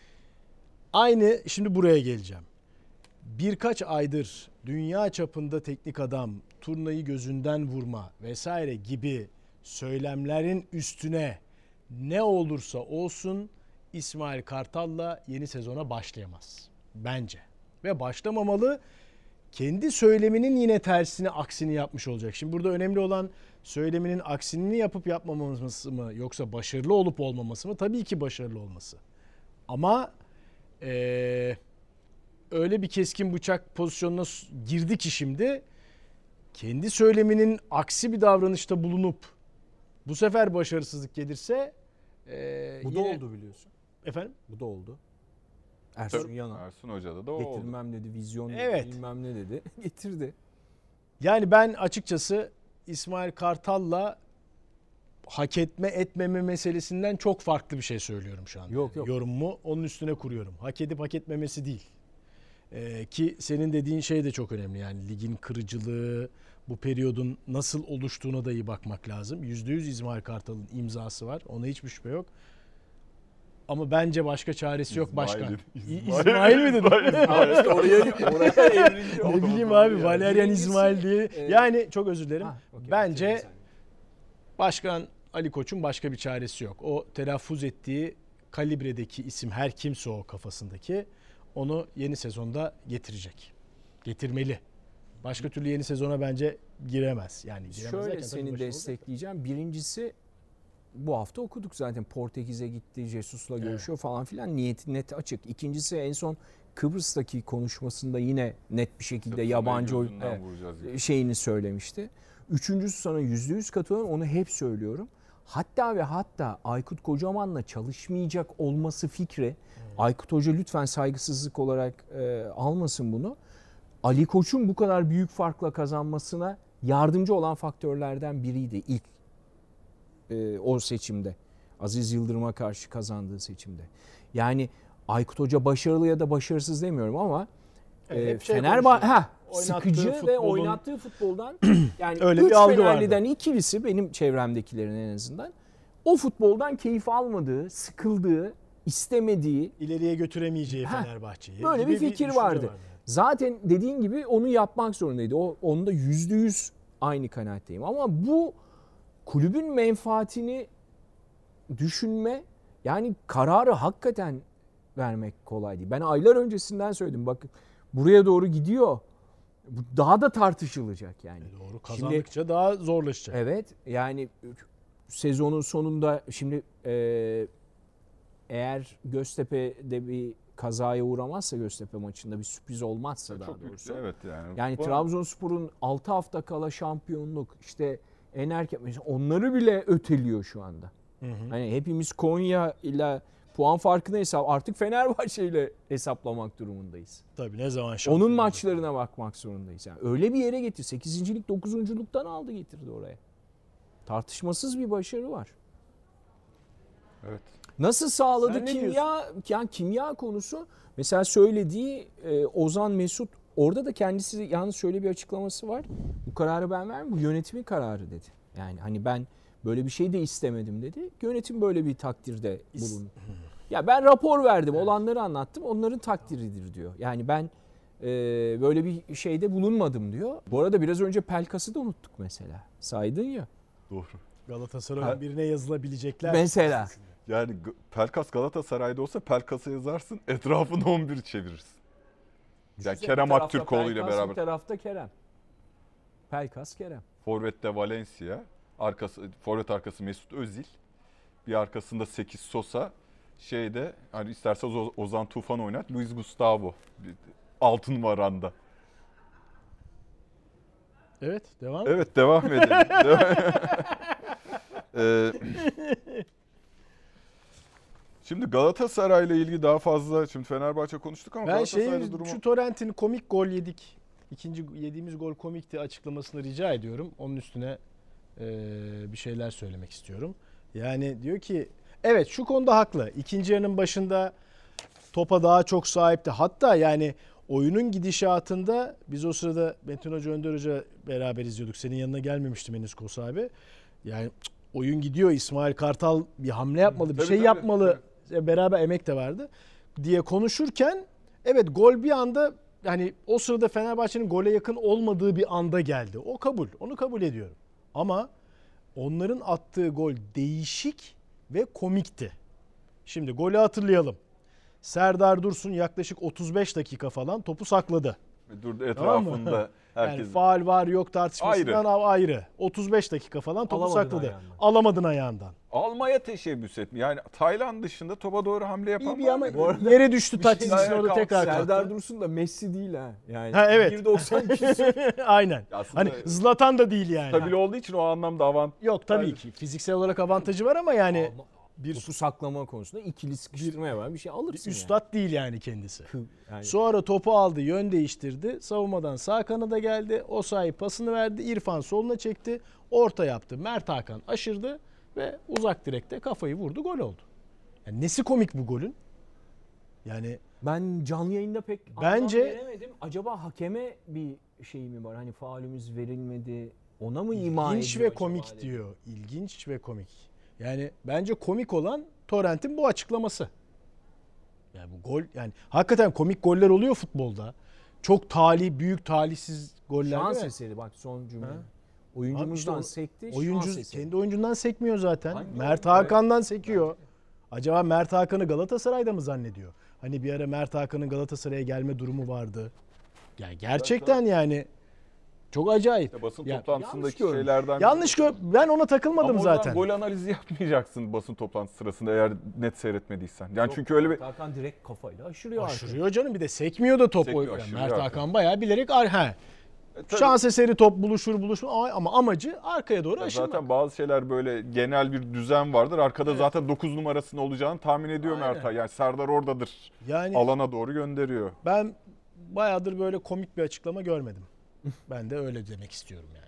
Aynı şimdi buraya geleceğim. Birkaç aydır dünya çapında teknik adam, turnayı gözünden vurma vesaire gibi söylemlerin üstüne ne olursa olsun İsmail Kartal'la yeni sezona başlayamaz bence. Ve başlamamalı. Kendi söyleminin yine tersini, aksini yapmış olacak. Şimdi burada önemli olan söyleminin aksini yapıp yapmaması mı, yoksa başarılı olup olmaması mı? Tabii ki başarılı olması. Ama ee, öyle bir keskin bıçak pozisyonuna girdi ki şimdi kendi söyleminin aksi bir davranışta bulunup bu sefer başarısızlık gelirse ee, Bu da yine... oldu biliyorsun. Efendim? Bu da oldu. Ersun Tabii, Yanal. Ersun Hoca'da da o oldu. Getirmem dedi, vizyon dedi, Evet. bilmem ne dedi. Getirdi. Yani ben açıkçası İsmail Kartal'la hak etme etmeme meselesinden çok farklı bir şey söylüyorum şu anda. Yok, yok. Yorumumu onun üstüne kuruyorum. Hak edip hak etmemesi değil. Ee, ki senin dediğin şey de çok önemli. Yani ligin kırıcılığı, bu periyodun nasıl oluştuğuna da iyi bakmak lazım. yüzde yüz İsmail Kartal'ın imzası var. Ona hiçbir şüphe yok. Ama bence başka çaresi yok İsmail başkan. dedi. İ- İsmail. İsmail mi dedin? İsmail, İsmail. İşte oraya, oraya evriliyor. Ne bileyim Doğru abi, yani. Valerian Birincisi, İsmail diye. e, Yani çok özür dilerim. Ha, okey, Bence okey, sen. Başkan Ali Koç'un başka bir çaresi yok. O telaffuz ettiği kalibredeki isim, her kimse o kafasındaki, onu yeni sezonda getirecek. Getirmeli. Başka türlü yeni sezona bence giremez. Yani giremez derken Şöyle tabii seni başarılı destekleyeceğim. Birincisi bu hafta okuduk zaten. Portekiz'e gitti, Jesus'la görüşüyor falan filan. Niyeti net açık. İkincisi en son Kıbrıs'taki konuşmasında yine net bir şekilde Sırtına yabancı oy- gözünden evet, vuracağız gibi. şeyini söylemişti. Üçüncüsü, sana yüzde yüz katılıyorum. Onu hep söylüyorum. Hatta ve hatta Aykut Kocaman'la çalışmayacak olması fikri, Aykut Hoca lütfen saygısızlık olarak e, almasın bunu. Ali Koç'un bu kadar büyük farkla kazanmasına yardımcı olan faktörlerden biriydi ilk e, o seçimde. Aziz Yıldırım'a karşı kazandığı seçimde. Yani Aykut Hoca başarılı ya da başarısız demiyorum ama Evet, e, hep şey Fenerbahçe ha Oynattığı sıkıcı ve futbolun- oynattığı futboldan yani Öyle üç bir algı Fenerliden ikilisi, benim çevremdekilerin en azından, o futboldan keyif almadığı, sıkıldığı, istemediği ileriye götüremeyeceği Ha, Fenerbahçe'yi. böyle gibi bir fikir düşünce vardı. Zaten dediğin gibi onu yapmak zorundaydı. O, onda yüzde yüz aynı kanaatteyim. Ama bu kulübün menfaatini düşünme, yani kararı hakikaten vermek kolay değil. Ben aylar öncesinden söyledim. Bakın buraya doğru gidiyor. Bu daha da tartışılacak yani. Doğru, Şimdi- kazandıkça daha zorlaşacak. Evet, yani sezonun sonunda şimdi e, eğer Göztepe'de bir kazaya uğramazsa, Göztepe maçında bir sürpriz olmazsa daha Çok doğrusu. yüksek, evet yani. Yani Bu- Trabzonspor'un altı hafta kala şampiyonluk, işte en erken, mesela onları bile öteliyor şu anda. Hı hı. Hani hepimiz Konya ile puan farkını hesap, artık Fenerbahçe ile hesaplamak durumundayız. Tabii, ne zaman şampiyon Onun olacak? maçlarına bakmak zorundayız. Yani öyle bir yere getir. sekizincilik dokuzunculuktan aldı getirdi oraya. Tartışmasız bir başarı var. Evet. Nasıl sağladı Sen ne kimya? Yani kimya konusu, mesela söylediği e, Ozan Mesut, orada da kendisi yalnız şöyle bir açıklaması var. Bu kararı ben vermem, bu yönetimin kararı dedi. Yani hani ben böyle bir şey de istemedim dedi. Yönetim böyle bir takdirde bulundu. Ya ben rapor verdim, olanları anlattım, onların takdiridir diyor. Yani ben e, böyle bir şeyde bulunmadım diyor. Bu arada biraz önce Pelkas'ı da unuttuk mesela. Saydın ya. Doğru. Galatasaray'ın Ha. birine yazılabilecekler. Mesela. Yani G- Pelkas Galatasaray'da olsa Pelkas'a yazarsın, etrafını on bir çevirirsin. Yani Düşünsene, Kerem bir tarafta Aktürkoğlu ile Pelkas, beraber. Bir tarafta Kerem. Pelkas, Kerem. Forvet'te Valencia, arkası forvet arkası Mesut Özil, bir arkasında sekiz Sosa, şeyde hani isterseniz O- Ozan Tufan oynat, Luis Gustavo bir- altın varanda. Evet, devam. Evet, devam edelim. Devam- Ee, Şimdi Galatasaray'la ilgili daha fazla, şimdi Fenerbahçe konuştuk ama Ben Galatasaray'da şeyi durumu... şu Torrent'in komik gol yedik. İkinci yediğimiz gol komikti açıklamasını rica ediyorum. Onun üstüne e, bir şeyler söylemek istiyorum. Yani diyor ki evet şu konuda haklı. İkinci yarının başında topa daha çok sahipti. Hatta yani oyunun gidişatında biz o sırada Metin Hoca, Önder Hoca beraber izliyorduk. Senin yanına gelmemiştim henüz Kos abi. Yani cık, oyun gidiyor. İsmail Kartal bir hamle yapmalı, bir Tabii, şey tabii, yapmalı. Beraber emek de vardı diye konuşurken evet gol bir anda yani o sırada Fenerbahçe'nin gole yakın olmadığı bir anda geldi. O kabul. Onu kabul ediyorum. Ama onların attığı gol değişik ve komikti. Şimdi golü hatırlayalım. Serdar Dursun yaklaşık otuz beş dakika falan topu sakladı. Durdu Tamam mı? etrafında herkes. Yani faul var yok tartışmasından ayrı. ayrı. otuz beş dakika falan topu Alamadın sakladı. ayağından. Alamadın ayağından. Almaya teşebbüs etmiyor. Yani Tayland dışında topa doğru hamle yapan İyi bir var ama mı? Bu arada yere düştü taç şey çizgisine orada kalk, tekrar Serdar kalktı. Dursun da Messi değil ha. Yani Ha, evet. bir doksan küsur. Aynen. Aslında Hani Zlatan da değil yani. stabil olduğu için o anlamda avant. Yok tabii ki. Fiziksel olarak avantajı var ama yani Ama bir topu saklama konusunda ikili sıkıştırmaya var bir şey alırsın üstad değil yani kendisi. yani. Yani Sonra topu aldı, yön değiştirdi. Savunmadan sağ kanada geldi. Osayi pasını verdi. İrfan soluna çekti. Orta yaptı. Mert Hakan aşırdı ve uzak direkte kafayı vurdu. Gol oldu. Yani nesi komik bu golün? Yani ben canlı yayında pek Bence- anlam veremedim. Acaba hakeme bir şey mi var? Hani faulümüz verilmedi. Ona mı ima ediyor ilginç ve acaba komik dedim. diyor. İlginç ve komik. Yani bence komik olan Torrent'in bu açıklaması. Yani bu gol yani hakikaten komik goller oluyor futbolda. Çok talih, büyük talihsiz goller Şans değil mi? eseri bak son cümle. Ha? Oyuncumuzdan Abi işte o- sekti. Oyuncu şans eseri. kendi oyuncundan sekmiyor zaten. Hangi Mert oyuncu? Hakan'dan sekiyor. Acaba Mert Hakan'ı Galatasaray'da mı zannediyor? Hani bir ara Mert Hakan'ın Galatasaray'a gelme durumu vardı. Yani gerçekten yani çok acayip. İşte basın Ya, yanlış toplantısındaki görmüş. şeylerden. yanlış gör. Ben ona takılmadım Ama o zaman zaten. gol analizi yapmayacaksın basın toplantısı sırasında eğer net seyretmediysen. Yani çünkü öyle bir Hakan direkt kafayla aşırıyor artık. Aşırıyor canım bir de sekmiyor da top. Sekmiyor, Yani aşırıyor Mert hakikaten. Hakan bayağı bilerek ar he. E, tabii. Şans eseri top buluşur buluşur ama amacı arkaya doğru Ya aşırmak. zaten bazı şeyler böyle genel bir düzen vardır. Arkada Evet. zaten dokuz numarasının olacağını tahmin ediyor Aynen. Mert. Yani Serdar oradadır. Yani Alana doğru gönderiyor. ben bayağıdır böyle komik bir açıklama görmedim. Ben de öyle demek istiyorum yani.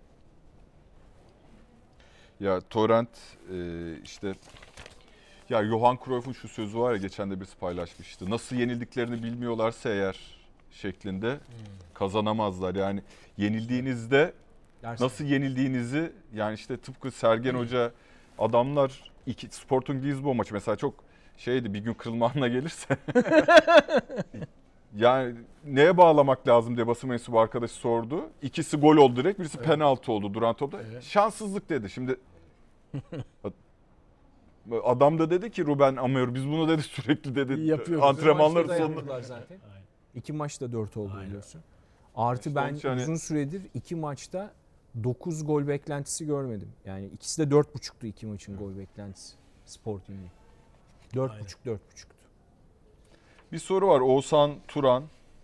Ya Torrent e, işte ya Johan Cruyff'un şu sözü var ya geçen de birisi paylaşmıştı. Nasıl yenildiklerini bilmiyorlarsa eğer şeklinde kazanamazlar. Yani yenildiğinizde Dersin. nasıl yenildiğinizi yani işte tıpkı Sergen Hoca adamlar iki Sporting Lisbon maçı mesela çok şeydi bir gün kırılma anına gelirse yani neye bağlamak lazım diye basın mensubu arkadaş sordu. İkisi gol oldu direkt birisi Evet. penaltı oldu duran topta. Evet. Şanssızlık dedi. Şimdi adam da dedi ki Ruben Amour biz bunu dedi sürekli dedi Yapıyoruz. antrenmanların Maçta da sonunda. yaptılar zaten. Aynen. İki maçta dört oldu Aynen. biliyorsun. Artı İşte ben onun için hani- uzun süredir iki maçta dokuz gol beklentisi görmedim. Yani ikisi de dört buçuktu iki maçın gol beklentisi. Sporting'in. Dört Aynen. buçuk dört buçuktu. Bir soru var Oğuzhan Turan.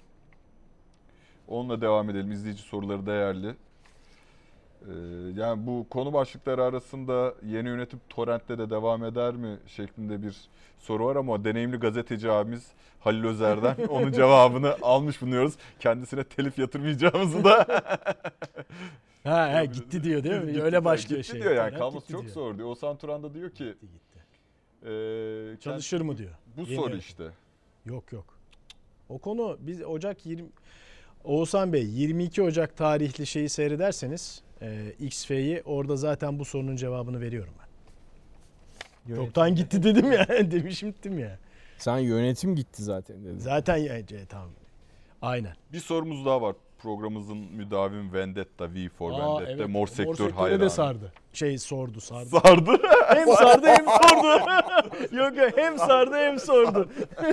Onunla devam edelim. İzleyici soruları değerli. Ee, yani bu konu başlıkları arasında yeni yönetim Torrent'le de devam eder mi şeklinde bir soru var ama deneyimli gazeteci abimiz Halil Özer'den onun cevabını almış bulunuyoruz. Kendisine telif yatırmayacağımızı da Ha, he, gitti diyor değil mi? Gitti Öyle diyor, başlıyor gitti şey. diyor yani Torrent kalması gitti çok diyor. zor diyor. Oğuzhan Turan da diyor ki Gitti gitti. e, kend- Çalışır mı diyor. bu Yeni soru yönetim. işte. Yok yok. O konu biz Ocak yirmi Oğuzhan Bey yirmi iki Ocak tarihli şeyi seyrederseniz e, X F'yi orada zaten bu sorunun cevabını veriyorum ben. Çoktan gitti dedim ya. Demişim gittim ya. Sen yönetim gitti zaten dedin. Zaten ya, e, tamam. Aynen. Bir sorumuz daha var. Programımızın müdavim Vendetta, V for Aa, Vendetta, evet. Mor Sektör sektöre hayranı. de sardı. Şey sordu sardı. Sardı. Hem sardı hem sordu. Yok yok hem sardı hem sordu.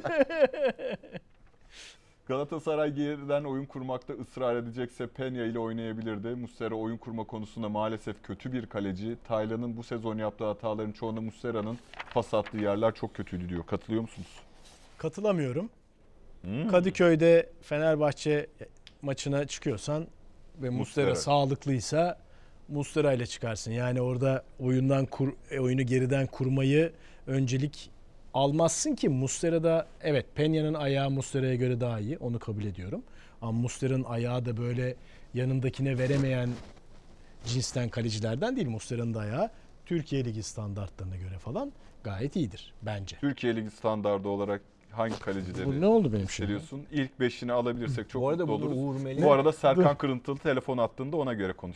Galatasaray geriden oyun kurmakta ısrar edecekse Peña ile oynayabilirdi. Muslera oyun kurma konusunda maalesef kötü bir kaleci. Taylan'ın bu sezon yaptığı hataların çoğunda Muslera'nın pas attığı yerler çok kötüydü diyor. Katılıyor musunuz? Katılamıyorum. Hmm. Kadıköy'de Fenerbahçe maçına çıkıyorsan ve Muslera, Muslera. sağlıklıysa Muslera ile çıkarsın. Yani orada oyundan kur, e, oyunu geriden kurmayı öncelik almazsın ki Muslera'da evet Peña'nın ayağı Muslera'ya göre daha iyi. Onu kabul ediyorum. Ama Muslera'nın ayağı da böyle yanındakine veremeyen cinsten kalecilerden değil. Muslera'nın da ayağı Türkiye Ligi standartlarına göre falan gayet iyidir bence. Türkiye Ligi standardı olarak hangi Bu kalecileri ne oldu benim şeyim? hissediyorsun? İlk beşini alabilirsek çok Bu arada mutlu bunu oluruz. Uğur Melek, Bu arada Serkan Kırıntılı telefon attığında ona göre konuş.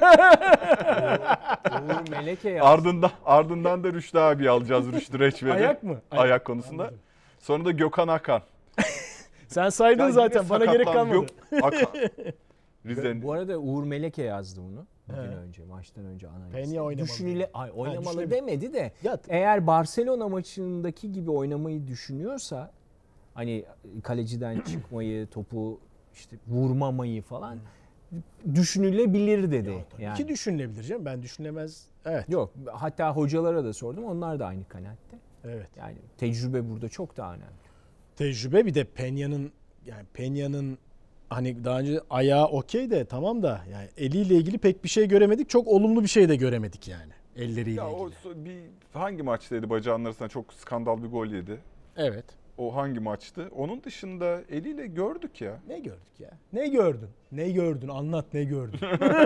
Uğur Meleke yazdı. ardından ardından da Rüştü abi alacağız. Rüştü Reçber'i. Ayak mı? Ayak, konusunda. Anladım. Sonra da Gökhan Akan. Sen saydın Ya zaten. yine Bana gerek sakatlan- kalmadı. Gök- Akan. Rize'nin. Bu arada Uğur Meleke yazdı bunu. Bugün He. önce, maçtan önce analiz. Peña oynamalı. Düşünüle, ay, oynamalı düşünebilir. demedi de Ya eğer Barcelona maçındaki gibi oynamayı düşünüyorsa hani kaleciden çıkmayı, topu işte vurmamayı falan düşünülebilir dedi. tabii Yani. ki düşünülebilir canım. Ben düşünemez. Evet. Yok, hatta hocalara da sordum. Onlar da aynı kanaatte. Evet. Yani tecrübe burada çok daha önemli. Tecrübe bir de Peña'nın yani Peña'nın hani daha önce ayağı okey de tamam da yani eliyle ilgili pek bir şey göremedik. Çok olumlu bir şey de göremedik yani elleriyle Ya o ilgili. so- bir hangi maçtaydı bacağının arasında çok skandal bir gol yedi. Evet. O hangi maçtı? Onun dışında eliyle gördük ya. Ne gördük ya? Ne gördün? Ne gördün? Anlat ne gördün?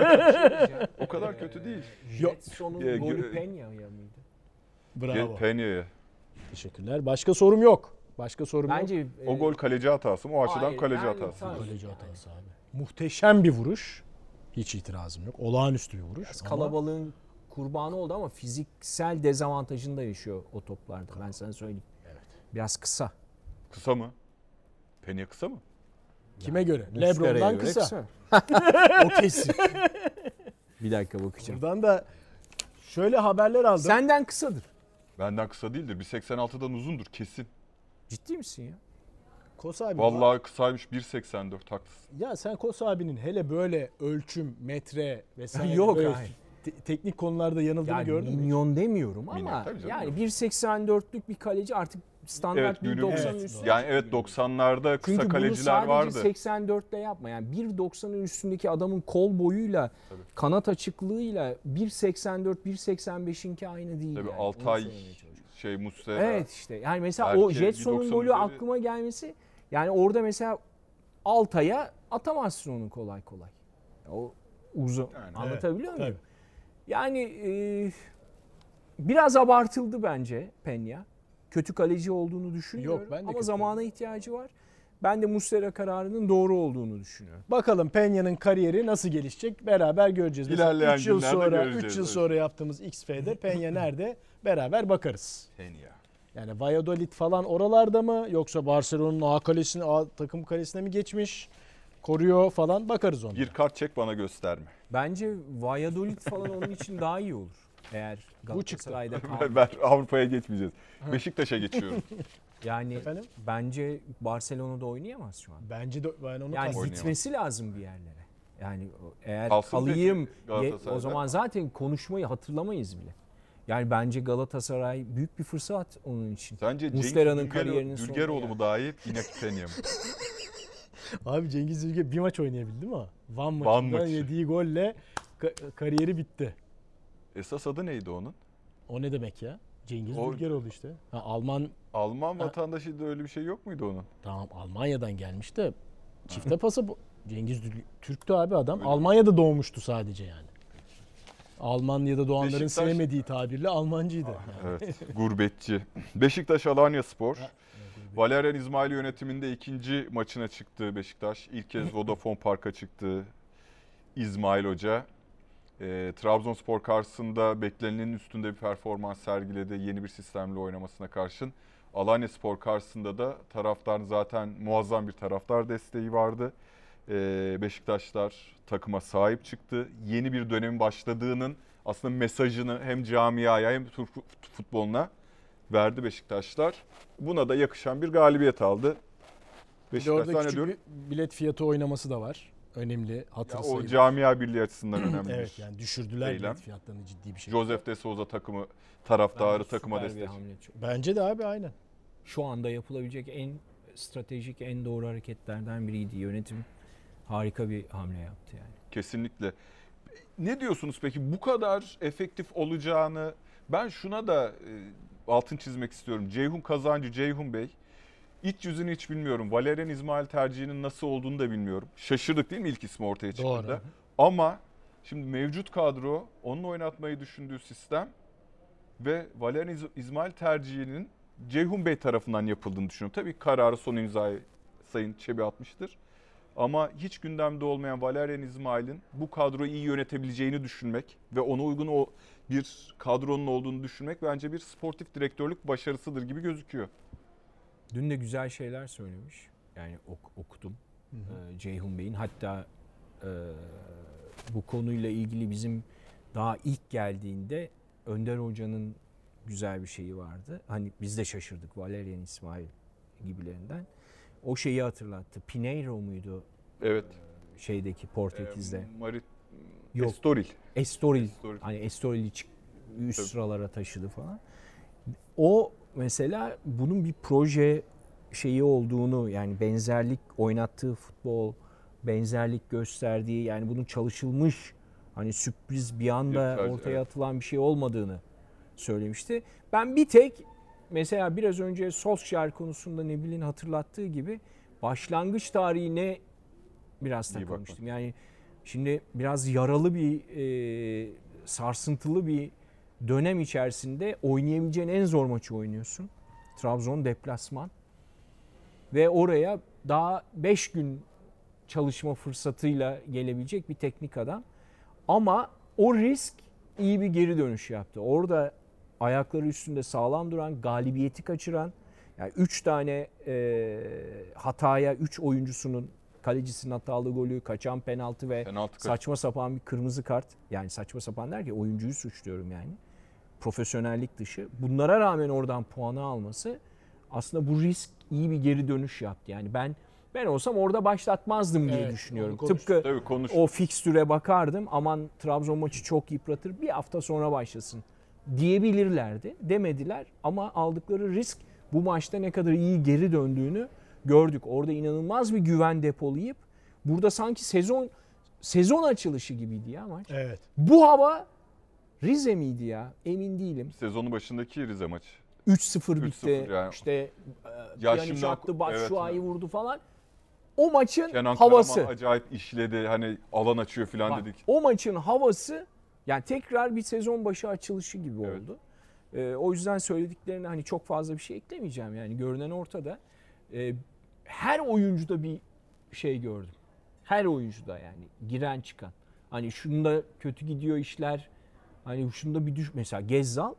O kadar kötü değil. Jetson'un Ya, golü gö- Peña'ya mıydı? Bravo. Peña'ya. Teşekkürler. Başka sorum yok. Başka sorum Bence yok. O e, gol kaleci hatası mı? O açıdan hayır, kaleci yani hatası. tabii. Kaleci hatası abi. Muhteşem bir vuruş. Hiç itirazım yok. Olağanüstü bir vuruş. biraz ama kalabalığın kurbanı oldu ama fiziksel dezavantajını da yaşıyor o toplarda. Ben sana söyleyeyim. Evet. Biraz kısa. Kısa mı? Peña kısa mı? Kime göre? Muslera'ya LeBron'dan göre kısa. o kesin. Bir dakika bakacağım. Buradan da şöyle haberler aldım. Senden kısadır. Benden kısa değildir. bir seksen altıdan uzundur kesin. Ciddi misin ya? Kos abi. Vallahi kısaymış bir seksen dört haklısın. Ya sen Kos abinin hele böyle ölçüm, metre vesaire Yok, böyle hayır. te- teknik konularda yanıldığını Yani gördün mü? milyon demiyorum Milyon, ama tabii canım, yani yok. bir seksen dörtlük bir kaleci artık standart Evet, bir günümüz- doksanın Evet, üstü. Yani evet doksanlarda kısa Çünkü bunu kaleciler sadece vardı. seksen dörtle yapma. Yani bir doksanın üstündeki adamın kol boyuyla, Tabii. kanat açıklığıyla bir seksen dört bir seksen beşinki aynı değil. Tabii yani. Altay, Onu söylemeye çalışıyorum. şey Muslera. Evet işte yani mesela Belki o Jetson'un bir doksan golü üzeri- aklıma gelmesi yani orada mesela Altay'a atamazsın onu kolay kolay. O uzun. Yani, Anlatabiliyor evet, muyum? Yani e, biraz abartıldı bence Peña. Kötü kaleci olduğunu düşünüyorum. Yok, ben de ama kötü zamana ihtiyacı var. Ben de Muslera kararının doğru olduğunu düşünüyorum. Bakalım Peña'nın kariyeri nasıl gelişecek beraber göreceğiz. İlerleyen üç yıl günlerde sonra göreceğiz, üç yıl evet. sonra yaptığımız X F'de Peña nerede beraber bakarız. Peña. Yani Valladolid falan oralarda mı yoksa Barcelona'nın A kalesine A takım kalesine mi geçmiş? Koruyor falan bakarız ona. Bir kart çek bana gösterme. Bence Valladolid falan onun için daha iyi olur. Eğer Galatasaray'da kalır. Ben Avrupa'ya geçmeyeceğiz. Beşiktaş'a geçiyorum. Yani Efendim? bence Barcelona'da oynayamaz şu an. Bence de ben onu Yani Oynayamaz. gitmesi lazım bir yerlere. Yani o- eğer Kalsın kalayım peki ye- Galatasaray'da. o zaman zaten konuşmayı hatırlamayız bile. Yani bence Galatasaray büyük bir fırsat onun için. Sence Cengiz Muslera'nın Dülger- kariyerinin sonunda Dülgeroğlu yani. mu daha iyi, İnek Peña mı? Abi Cengiz Ülke bir maç oynayabildi mi o? Van Van maçında maçı. yediği golle ka- kariyeri bitti. Esas adı neydi onun? O ne demek ya? Cengiz O- Ülgeroğlu işte. Ha, Alman Alman vatandaşıydı, öyle bir şey yok muydu onun? tamam Almanya'dan gelmiş de çifte pası bu. Cengiz Dül- Türk'tü abi adam. Öyle. Almanya'da doğmuştu sadece yani. Almanya'da doğanların Beşiktaş- sevmediği tabirle Almancıydı. Evet, gurbetçi. Beşiktaş Alanya Spor. Valerian İsmail yönetiminde ikinci maçına çıktı Beşiktaş. İlk kez Vodafone Park'a çıktı İsmail Hoca. E, Trabzonspor karşısında beklenenin üstünde bir performans sergiledi yeni bir sistemle oynamasına karşın. Alanya Spor karşısında da taraftarın zaten muazzam bir taraftar desteği vardı. E, Beşiktaşlar takıma sahip çıktı. Yeni bir dönemin başladığının aslında mesajını hem camiaya hem Türk futboluna verdi Beşiktaşlar. Buna da yakışan bir galibiyet aldı. Bir de Beşiktaş orada küçük zannediyorum bir bilet fiyatı oynaması da var. Önemli. ya Hatır o sayılır. camia birliği açısından önemli. Evet yani düşürdüler Eylem. bilet fiyatlarını ciddi bir şey. Josef de Souza takımı taraftarı Bence takıma süper bir destek. hamle. Çok- Bence de abi aynen. Şu anda yapılabilecek en stratejik, en doğru hareketlerden biriydi. Yönetim harika bir hamle yaptı yani. Kesinlikle. Ne diyorsunuz peki bu kadar efektif olacağını? Ben şuna da e, altın çizmek istiyorum. Ceyhun Kazancı, Ceyhun Bey. İç yüzünü hiç bilmiyorum. Valerian İsmail tercihinin nasıl olduğunu da bilmiyorum. Şaşırdık değil mi ilk ismi ortaya çıktığında? Doğru. Ama şimdi mevcut kadro, onun oynatmayı düşündüğü sistem ve Valerian İz- İsmail tercihinin Ceyhun Bey tarafından yapıldığını düşünüyorum. Tabii kararı son imzayı Sayın Çebi atmıştır. Ama hiç gündemde olmayan Valerian İsmail'in bu kadroyu iyi yönetebileceğini düşünmek ve ona uygun o bir kadronun olduğunu düşünmek bence bir sportif direktörlük başarısıdır gibi gözüküyor. Dün de güzel şeyler söylemiş. Yani ok- okudum Hı hı. e, Ceyhun Bey'in. Hatta e, bu konuyla ilgili bizim daha ilk geldiğinde Önder Hoca'nın güzel bir şeyi vardı. Hani biz de şaşırdık Valerian İsmail gibilerinden. O şeyi hatırlattı. Pinheiro muydu Evet. şeydeki Portekiz'de? Ee, Marit Yok. Estoril. Estoril. Estoril. Hani Estoril'i çık- üst Tabii. sıralara taşıdı falan. O mesela bunun bir proje şeyi olduğunu, yani benzerlik oynattığı futbol, benzerlik gösterdiği, yani bunun çalışılmış, hani sürpriz bir anda Bir tercih, ortaya evet. atılan bir şey olmadığını söylemişti. Ben bir tek mesela biraz önce Solskjaer konusunda Nebil'in hatırlattığı gibi başlangıç tarihine biraz İyi takılmıştım. Yani şimdi biraz yaralı bir e, sarsıntılı bir dönem içerisinde oynayabileceğin en zor maçı oynuyorsun. Trabzon deplasman. Ve oraya daha beş gün çalışma fırsatıyla gelebilecek bir teknik adam. Ama o risk iyi bir geri dönüş yaptı. Orada ayakları üstünde sağlam duran, galibiyeti kaçıran, yani üç tane e, hataya, üç oyuncusunun, kalecisinin hatalı golü, kaçan penaltı ve Penaltı kaç- saçma sapan bir kırmızı kart. Yani saçma sapan derken oyuncuyu suçluyorum yani. Profesyonellik dışı. Bunlara rağmen oradan puanı alması, aslında bu risk iyi bir geri dönüş yaptı. Yani ben ben olsam orada başlatmazdım diye Evet, düşünüyorum. onu konuştuk. Tıpkı Tabii konuş. o fikstüre bakardım, aman Trabzon maçı çok yıpratır, bir hafta sonra başlasın diyebilirlerdi. Demediler ama aldıkları risk bu maçta ne kadar iyi geri döndüğünü gördük. Orada inanılmaz bir güven depolayıp burada sanki sezon sezon açılışı gibiydi ya maç. Evet. Bu hava Rize miydi ya? Emin değilim. Sezonu başındaki Rize maçı. üç sıfır üç bitti. sıfır yani. İşte e, Ya Pjanic şimdi attı, o- Batshuayi evet. vurdu falan. O maçın Kenan havası. Karaman acayip işledi. Hani alan açıyor falan Bak, dedik. o maçın havası, yani tekrar bir sezon başı açılışı gibi Evet. oldu. Ee, o yüzden söylediklerine hani çok fazla bir şey eklemeyeceğim. Yani görünen ortada. Ee, her oyuncuda bir şey gördüm. Her oyuncuda, yani giren çıkan. Hani şunda kötü gidiyor işler. Hani şunda bir düş. Mesela Gezzal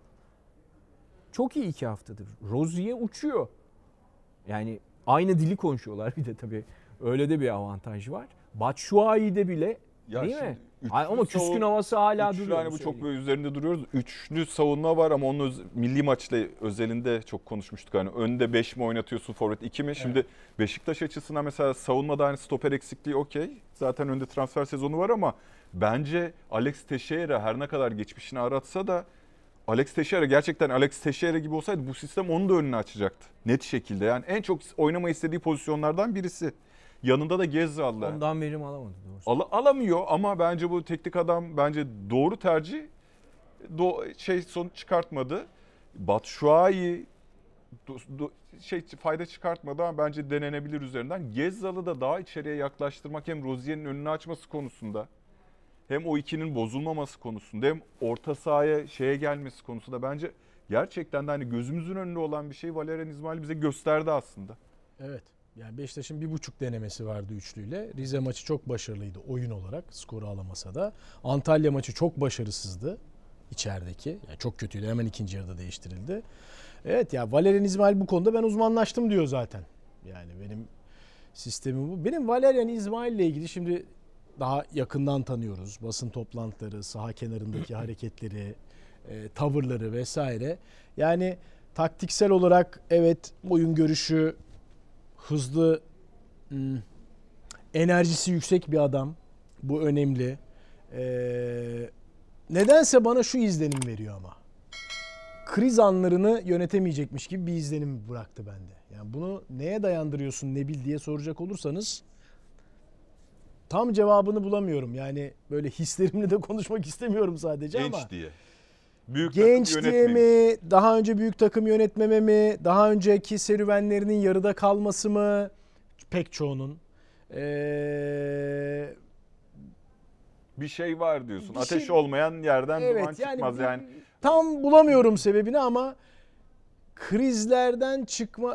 çok iyi iki haftadır. Rozier uçuyor. Yani aynı dili konuşuyorlar bir de tabii. Öyle de bir avantaj var. Batshuayi'de bile Ya değil şimdi mi? üçlü Ay, ama küskün savun- havası hala Üçlü duruyor. hani onu bu çok söyleyeyim. böyle üzerinde duruyoruz. Üçlü savunma var ama onun öz- milli maçla özelinde çok konuşmuştuk. Hani önde beş mi oynatıyorsun, forvet iki mi? Şimdi Beşiktaş açısından mesela savunmada hani stoper eksikliği okey. Zaten önde transfer sezonu var ama bence Alex Teixeira her ne kadar geçmişini aratsa da Alex Teixeira gerçekten Alex Teixeira gibi olsaydı bu sistem onun da önünü açacaktı. Net şekilde. Yani en çok oynama istediği pozisyonlardan birisi. Yanında da Gezzal'la. Ondan verim alamadı doğrusu. Al- alamıyor ama bence bu teknik adam bence doğru tercih. Do- şey sonuç çıkartmadı. Batshuayi do- do- şey fayda çıkartmadı ama bence denenebilir üzerinden. Gezzal'ı da daha içeriye yaklaştırmak hem Rozier'in önünü açması konusunda hem o ikinin bozulmaması konusunda hem orta sahaya şeye gelmesi konusunda bence gerçekten de hani gözümüzün önünde olan bir şey Valerian İsmail bize gösterdi aslında. Evet. Yani Beşiktaş'ın bir buçuk denemesi vardı üçlüyle. Rize maçı çok başarılıydı oyun olarak, skoru alamasa da. Antalya maçı çok başarısızdı içerideki. Yani çok kötüydü. Hemen ikinci yarıda değiştirildi. Evet ya, Valerian İsmail bu konuda ben uzmanlaştım diyor zaten. Yani benim sistemim bu. Benim Valerian İsmail ile ilgili şimdi daha yakından tanıyoruz. Basın toplantıları, saha kenarındaki hareketleri, e, tavırları vesaire. Yani taktiksel olarak evet, oyun görüşü hızlı, hmm, enerjisi yüksek bir adam. Bu önemli. Ee, nedense bana şu izlenim veriyor ama. Kriz anlarını yönetemeyecekmiş gibi bir izlenim bıraktı bende. Yani bunu neye dayandırıyorsun Nebil diye soracak olursanız tam cevabını bulamıyorum. Yani böyle hislerimle de konuşmak istemiyorum sadece Genç ama. diye. Büyük Genç takım diye yönetmeyi. mi, daha önce büyük takım yönetmeme mi, daha önceki serüvenlerinin yarıda kalması mı? Pek çoğunun. Ee, Bir şey var diyorsun. Bir Ateş şey- olmayan yerden duman evet yani, çıkmaz bir- yani. tam bulamıyorum sebebini ama krizlerden çıkma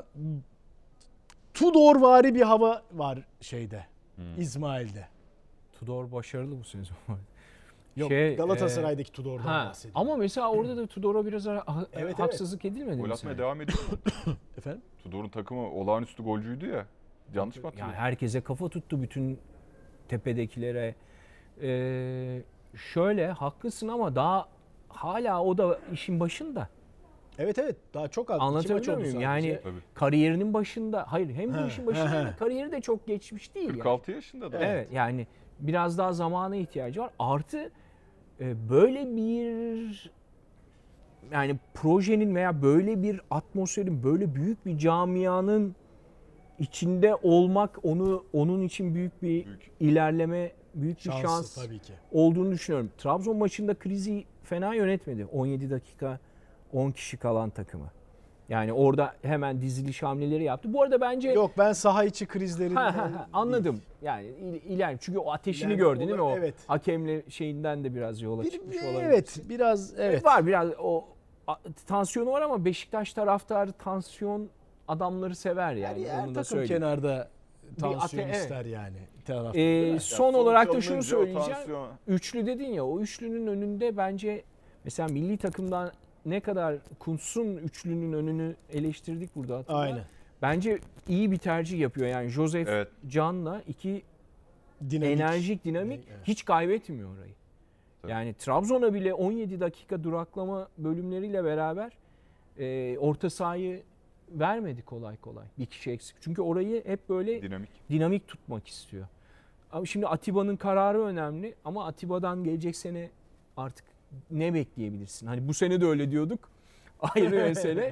Tudorvari bir hava var şeyde. Hmm. İsmail'de. Tudor başarılı bu sezon. Yok, Şey, Galatasaray'daki Tudor'dan Ha, bahsediyorum. ama mesela orada da Tudor'a biraz ha- Evet, evet. haksızlık edilmedi Gol mi atmaya sence? devam ediyor. Efendim? Tudor'un takımı olağanüstü golcüydü ya. Yanlış mı hatırlıyorum? Yani herkese kafa tuttu, bütün tepedekilere. Ee, şöyle haklısın ama daha hala o da işin başında. Evet evet, daha çok az. İki maç Anlatabiliyor oldu muyum? sadece. Yani Tabii. kariyerinin başında. Hayır, hem bu Ha, işin ha, başında ha. hem de kariyeri de çok geçmiş değil. kırk Yani. altı yaşında da. Evet. yani biraz daha zamana ihtiyacı var. Artı e, böyle bir yani projenin veya böyle bir atmosferin, böyle büyük bir camianın içinde olmak onu onun için büyük bir Büyük. ilerleme, büyük bir Şansı şans tabii ki. olduğunu düşünüyorum. Trabzon maçında krizi fena yönetmedi. on yedi dakika on kişi kalan takımı. Yani orada hemen diziliş hamleleri yaptı. Bu arada bence Yok, ben saha içi krizlerinden Ha, ha, ha, anladım. Yani il- iler çünkü o ateşini İleride gördün değil mi? olur, O evet. hakemle şeyinden de biraz yola Bir- çıkmış bir- olabilir. evet, biraz evet. Var biraz o a- tansiyonu var ama Beşiktaş taraftarı tansiyon adamları sever yani. Yani her Onu da takım söyleyeyim. kenarda tansiyon ate- evet. ister yani. Taraf. Ee, Ya son sonuç olarak da şunu alınınca o söyleyeceğim. tansiyon- Üçlü dedin ya, o üçlünün önünde bence mesela milli takımdan ne kadar Kuntz'un üçlünün önünü eleştirdik burada hatırla. Aynen. Bence iyi bir tercih yapıyor. Yani Josef Evet. Can'la iki Dinamik. enerjik, dinamik, Evet. hiç kaybetmiyor orayı. Tabii. Yani Trabzon'a bile on yedi dakika duraklama bölümleriyle beraber e, orta sahayı vermedi kolay kolay. Bir kişi eksik. Çünkü orayı hep böyle Dinamik. dinamik tutmak istiyor. Ama şimdi Atiba'nın kararı önemli ama Atiba'dan gelecek sene artık ne bekleyebilirsin? Hani bu sene de öyle diyorduk. Ayrı mesele.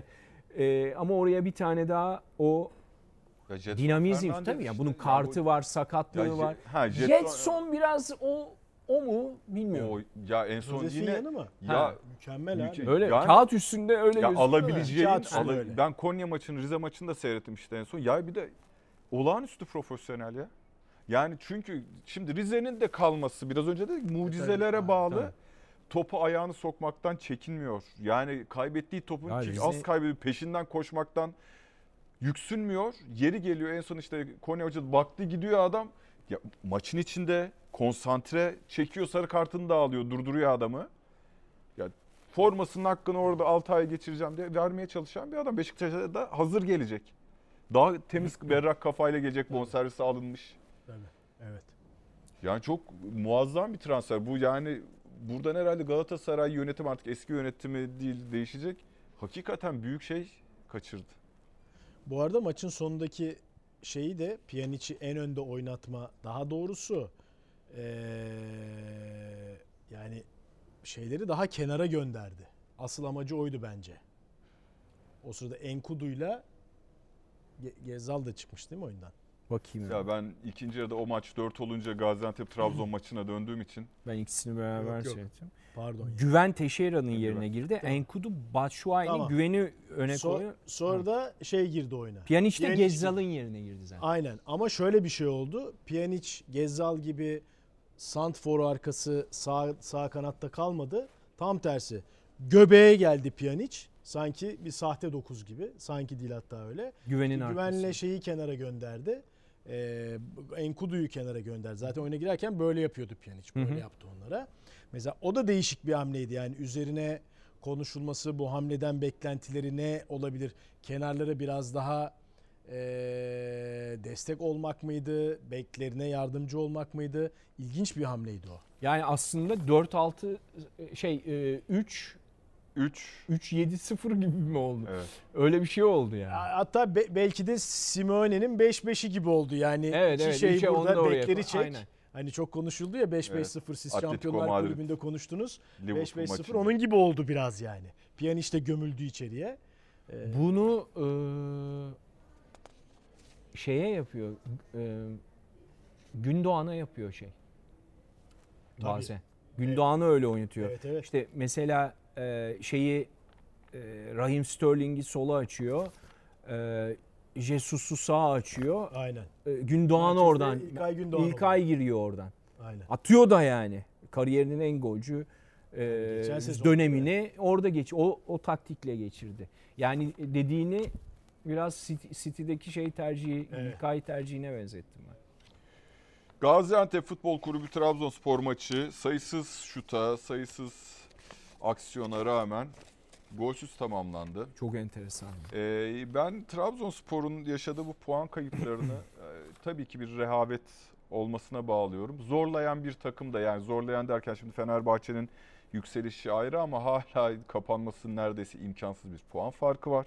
E, ama oraya bir tane daha o Ya Jetson dinamizm Fernandez tabii ya işte. bunun Ya bu- kartı var, sakatlığı Ya Je- var. ha, Jetson- Jetson biraz o o mu bilmiyorum. O, ya en son Josef'in yine yanı mı? ya Ha. Mükemmel Müke- abi. Öyle Yani- kağıt üstünde öyle ya gözüküyor. alabileceğin Kağıt üstünde ala- öyle. ben Konya maçını, Rize maçını da seyrettim işte en son. Ya bir de olağanüstü profesyonel ya. Yani çünkü şimdi Rize'nin de kalması biraz önce de mucizelere Tabii, bağlı. tabii. Topu ayağını sokmaktan çekinmiyor. Yani kaybettiği topun Ya ki Rize- az kaybedip peşinden koşmaktan yüksünmüyor. Yeri geliyor en son işte Konya Hoca baktı gidiyor adam. Ya maçın içinde konsantre çekiyor, sarı kartını da alıyor, durduruyor adamı. Ya formasının hakkını orada altı ay geçireceğim diye vermeye çalışan bir adam. Beşiktaş'a da hazır gelecek. Daha temiz berrak kafayla gelecek, bonservisi alınmış. Tabii, evet. Yani çok muazzam bir transfer. Bu yani buradan herhalde Galatasaray yönetim artık eski yönetimi değil değişecek. Hakikaten büyük şey kaçırdı. Bu arada maçın sonundaki şeyi de Pjanic'i en önde oynatma, daha doğrusu ee, yani şeyleri daha kenara gönderdi. Asıl amacı oydu bence. O sırada Enkudu'yla Ge- Gezzal da çıkmış değil mi oyundan? Bakayım. Ya ben ikinci yarıda o maç dört olunca Gaziantep Trabzon maçına döndüğüm için Ben ikisini beraber Yok, yok. seyrettim. Pardon. ya. Güven Teixeira'nın yerine Güven. girdi. Tamam. Enkudu Batshuayi'nin Tamam. güveni öne So- koyuyor. sonra da şey girdi oyuna. Pjanic de Pjanic Gezzal'ın yerine girdi zaten. Aynen, ama şöyle bir şey oldu. Pjanic, Gezzal gibi santfor arkası sağ, sağ kanatta kalmadı. Tam tersi. Göbeğe geldi Pjanic. Sanki bir sahte dokuz gibi. Sanki değil hatta öyle. Güvenin arkası. Güvenle şeyi kenara gönderdi. Ee, Enkudu'yu kenara gönderdi. Zaten oyuna girerken böyle yapıyordu Pjanic. Böyle Hı hı. yaptı onlara. Mesela o da değişik bir hamleydi. Yani üzerine konuşulması, bu hamleden beklentileri ne olabilir? Kenarlara biraz daha ee, destek olmak mıydı? Beklerine yardımcı olmak mıydı? İlginç bir hamleydi o. Yani aslında dört altı şey e, üç üç üç yedi sıfır gibi mi oldu? evet. Öyle bir şey oldu yani. Hatta be- belki de Simeone'nin beş beşi gibi oldu. Yani Evet, iki evet, şey üçe onu da burada oraya bekleri koy. çek. Aynen. Hani çok konuşuldu ya beş beş Evet. sıfır siz Atletico Şampiyonlar Madrid. Kulübü'nde konuştunuz. Liverpool beş beş sıfır maçında. onun gibi oldu biraz yani. Pjanic de gömüldü içeriye. Ee, Bunu e, şeye yapıyor. E, Gündoğan'a yapıyor şey. Tabii. Bazen. Gündoğan'ı öyle oynatıyor. Evet, evet. İşte mesela e, şeyi e, Raheem Sterling'i sola açıyor. E, Jesus'u sağa açıyor. Aynen. E, Gündoğan Merkezde oradan. İlkay Gündoğan İlkay giriyor oradan. Aynen. Atıyor da yani. Kariyerinin en golcü e, Geçen sezon, dönemini orada geç o o taktikle geçirdi. Yani dediğini biraz City, City'deki şey tercihi, Evet. İlkay tercihine benzettim ben. Gaziantep Futbol Kulübü Trabzonspor maçı sayısız şuta, sayısız aksiyona rağmen golsüz tamamlandı. Çok enteresan. Ee, ben Trabzonspor'un yaşadığı bu puan kayıplarını e, tabii ki bir rehavet olmasına bağlıyorum. Zorlayan bir takım da, yani zorlayan derken şimdi Fenerbahçe'nin yükselişi ayrı ama hala kapanması neredeyse imkansız bir puan farkı var.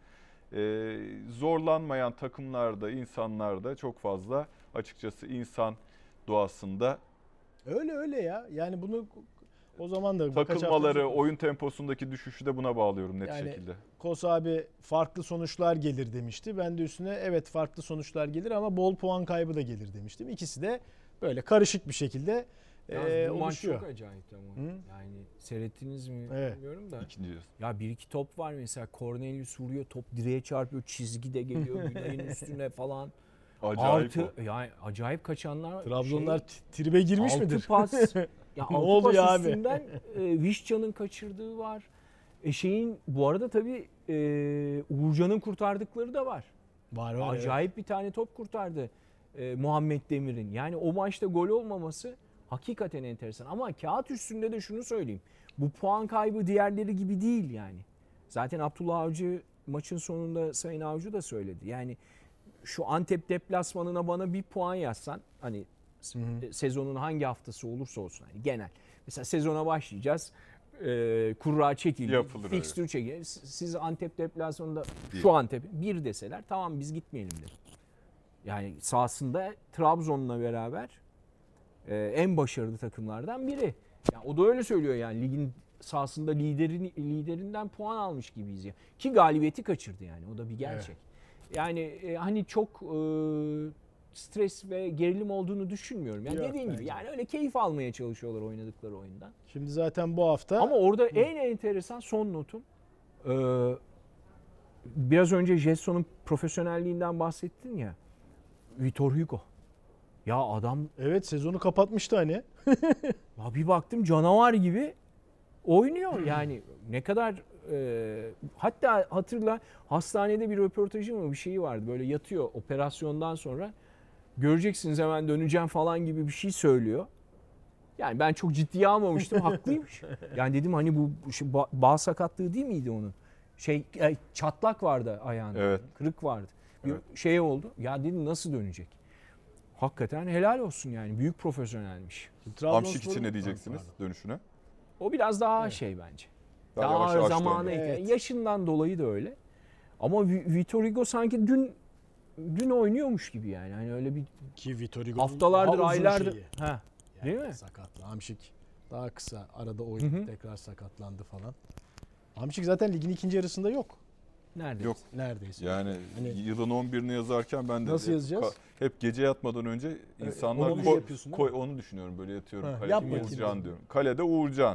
Ee, zorlanmayan takımlarda, insanlarda çok fazla açıkçası insan doğasında Öyle öyle ya. Yani bunu o zaman da birkaç hafta takılmaları, önce- oyun temposundaki düşüşü de buna bağlıyorum net Yani- şekilde. Kos abi farklı sonuçlar gelir demişti. Ben de üstüne evet farklı sonuçlar gelir ama bol puan kaybı da gelir demiştim. İkisi de böyle karışık bir şekilde Yalnız e, bu maç oluşuyor. çok acayipti ama. Hı? Yani seyrettiniz mi Evet. bilmiyorum da. İkinci Ya bir iki top var mesela, Cornelius vuruyor, top direğe çarpıyor, çizgide geliyor Güney'in üstüne falan. acayip o. Artı yani acayip kaçanlar. Trabzonlar şey, t- tribe girmiş altı midir? pas. Ya Ne altı oluyor pas abi? üstünden e, Vişcan'ın kaçırdığı var. E şeyin bu arada tabii e, Uğurcan'ın kurtardıkları da var. Var var. evet. Acayip bir tane top kurtardı e, Muhammed Demir'in. Yani o maçta gol olmaması hakikaten enteresan. Ama kağıt üstünde de şunu söyleyeyim. Bu puan kaybı diğerleri gibi değil yani. Zaten Abdullah Avcı maçın sonunda, Sayın Avcı da söyledi. Yani şu Antep deplasmanına bana bir puan yazsan, hani Hı hı. sezonun hangi haftası olursa olsun, hani genel. Mesela sezona başlayacağız. E, kurra çekildi. Yapılır Fikstür çekildi. Siz Antep deplasmanında Bir. şu Antep bir deseler tamam biz gitmeyelim derim. Yani sahasında Trabzon'la beraber e, en başarılı takımlardan biri. Ya o da öyle söylüyor yani, ligin sahasında liderin liderinden puan almış gibiyiz ya. Ki galibiyeti kaçırdı yani, o da bir gerçek. Yani e, hani çok e, stres ve gerilim olduğunu düşünmüyorum. Yani Yok, dediğin gibi bence. yani öyle keyif almaya çalışıyorlar oynadıkları oyundan. Şimdi zaten bu hafta Ama orada en enteresan son notum, e, biraz önce Jetson'un profesyonelliğinden bahsettin ya. Vitor Hugo. Ya adam, evet sezonu kapatmıştı hani. ya bir baktım canavar gibi oynuyor. Yani ne kadar e, hatta hatırla, hastanede bir röportajı mı bir şeyi vardı. Böyle yatıyor operasyondan sonra. Göreceksiniz hemen döneceğim falan gibi bir şey söylüyor. Yani ben çok ciddiye almamıştım. Haklıymış. Yani dedim hani bu şey, ba- bağ sakatlığı değil miydi onun? Şey e, çatlak vardı ayağında. Evet. Kırık vardı. Bir Evet. şey oldu. Ya dedim nasıl dönecek? Hakikaten helal olsun yani. Büyük profesyonelmiş. Hamşik için ne diyeceksiniz dönüşüne? O biraz daha Evet. şey bence. Daha Daha yavaş yavaş zamanı döndü. ekle- Evet. yaşından dolayı da öyle. Ama Vi- Vitor Hugo sanki dün dün oynuyormuş gibi yani. Hani öyle bir Ki Vitor Hugo'nun haftalardır, daha uzun aylardır. şeyi. Ha. Yani Değil mi? Sakatlı. Hamşik daha kısa. Arada oynadı Hı hı. tekrar sakatlandı falan. Hamşik zaten ligin ikinci yarısında yok. Nerede? Yok. Neredeyse. Yani Hani- yılın on birini yazarken ben de Nasıl hep, yazacağız? ka- hep gece yatmadan önce insanlar onu koy- yapıyorsun değil koy- mi? onu düşünüyorum, böyle yatıyorum. Ha, Kalede yap bakayım. Uğurcan diyorum. Kalede Uğurcan.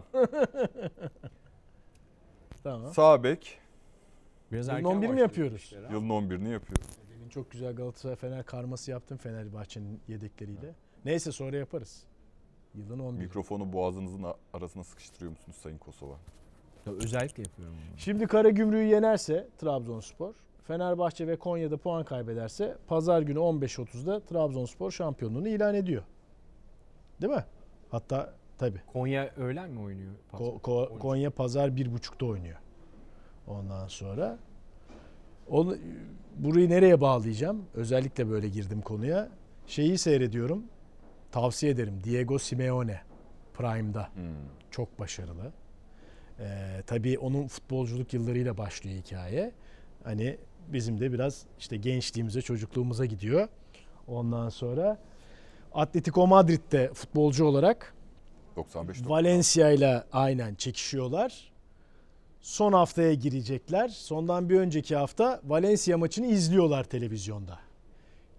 Tamam. Sağ bek Biraz Yılın erken on bir mi başladı yapıyoruz? işler ha. yılın on birini yapıyor. Demin çok güzel Galatasaray Fener karması yaptım Fenerbahçe'nin yedekleriyle. Neyse sonra yaparız. Yılın on bir. Mikrofonu boğazınızın a- arasına sıkıştırıyor musunuz Sayın Kosova? Ya özellikle yapıyorum bunu. Şimdi Karagümrük'ü yenerse Trabzonspor, Fenerbahçe ve Konya'da puan kaybederse pazar günü on beş otuzda Trabzonspor şampiyonluğunu ilan ediyor. Değil mi? Hatta tabii. Konya öğlen mi oynuyor? Ko- Ko- Konya pazar bir buçukta oynuyor. Ondan sonra onu, burayı nereye bağlayacağım? Özellikle böyle girdim konuya. Şeyi seyrediyorum. Tavsiye ederim. Diego Simeone Prime'da. Hmm. Çok başarılı. Ee, tabii onun futbolculuk yıllarıyla başlıyor hikaye. Hani bizim de biraz işte gençliğimize, çocukluğumuza gidiyor. Ondan sonra Atletico Madrid'de futbolcu olarak doksan beş Valencia ile aynen çekişiyorlar. Son haftaya girecekler. Sondan bir önceki hafta Valencia maçını izliyorlar televizyonda.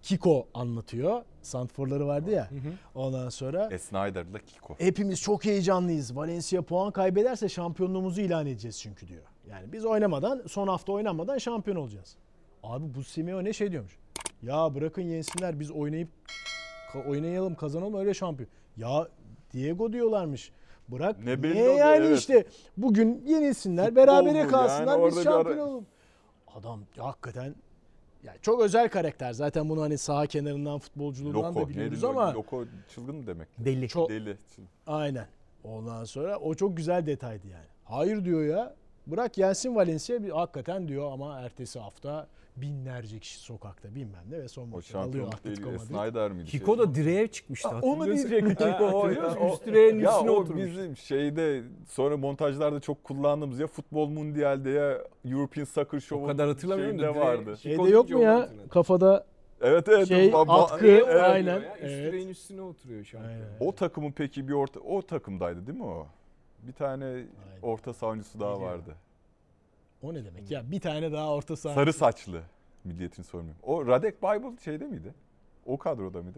Kiko anlatıyor. Santrforları vardı ya. Ondan sonra E, Snyder'la Kiko. hepimiz çok heyecanlıyız. Valencia puan kaybederse şampiyonluğumuzu ilan edeceğiz çünkü diyor. Yani biz oynamadan, son hafta oynamadan şampiyon olacağız. Abi bu Simeone şey diyormuş. Ya bırakın yensinler, biz oynayıp ka- oynayalım, kazanalım, öyle şampiyon. Ya Diego diyorlarmış. Bırak. Ne belli niye oluyor, yani evet. işte bugün yenilsinler, Futbol berabere bu kalsınlar, yani, biz orada bir şampiyon ara- olalım. Adam hakikaten yani çok özel karakter. Zaten bunu hani saha kenarından, futbolculuğundan Loko. da biliyoruz Neydi? ama Loko çılgın mı demek? Deli. çok Deli. çılgın. aynen. Ondan sonra o çok güzel detaydı yani. Hayır diyor ya. Bırak yensin Valencia, bir hakikaten diyor ama ertesi hafta binlerce kişi sokakta bilmem ne ve son O maçı alıyor şampiyonluk değil. Atletico E, Madrid. Snyder miydi? Kiko Şey? da direğe çıkmıştı. Onu hatırlıyorsun. diyecektim. Ha, Kiko o. hatırlıyor musun? o- Üst direğin ya üstüne o oturmuş. bizim şeyde sonra montajlarda çok kullandığımız ya Futbol Mundial'de ya European Soccer Show'un O kadar hatırlamıyorum da şeyinde direğe- vardı. Şey- Şeyde Kiko yok deyince mu onu ya hatırladım. kafada Evet evet. Şey, Ba- ba- atkı, evet. aynen. Ya, üst Evet. direğin üstüne oturuyor şu an. Aynen. O takımın peki bir orta o takımdaydı değil mi o? Bir tane orta savunucusu daha Biliyorum. vardı. O ne demek ya? Bir tane daha orta saha. Sarı saçlı. Milliyetini sormuyorum. O Radek Bible şeyde miydi? O kadroda mıydı?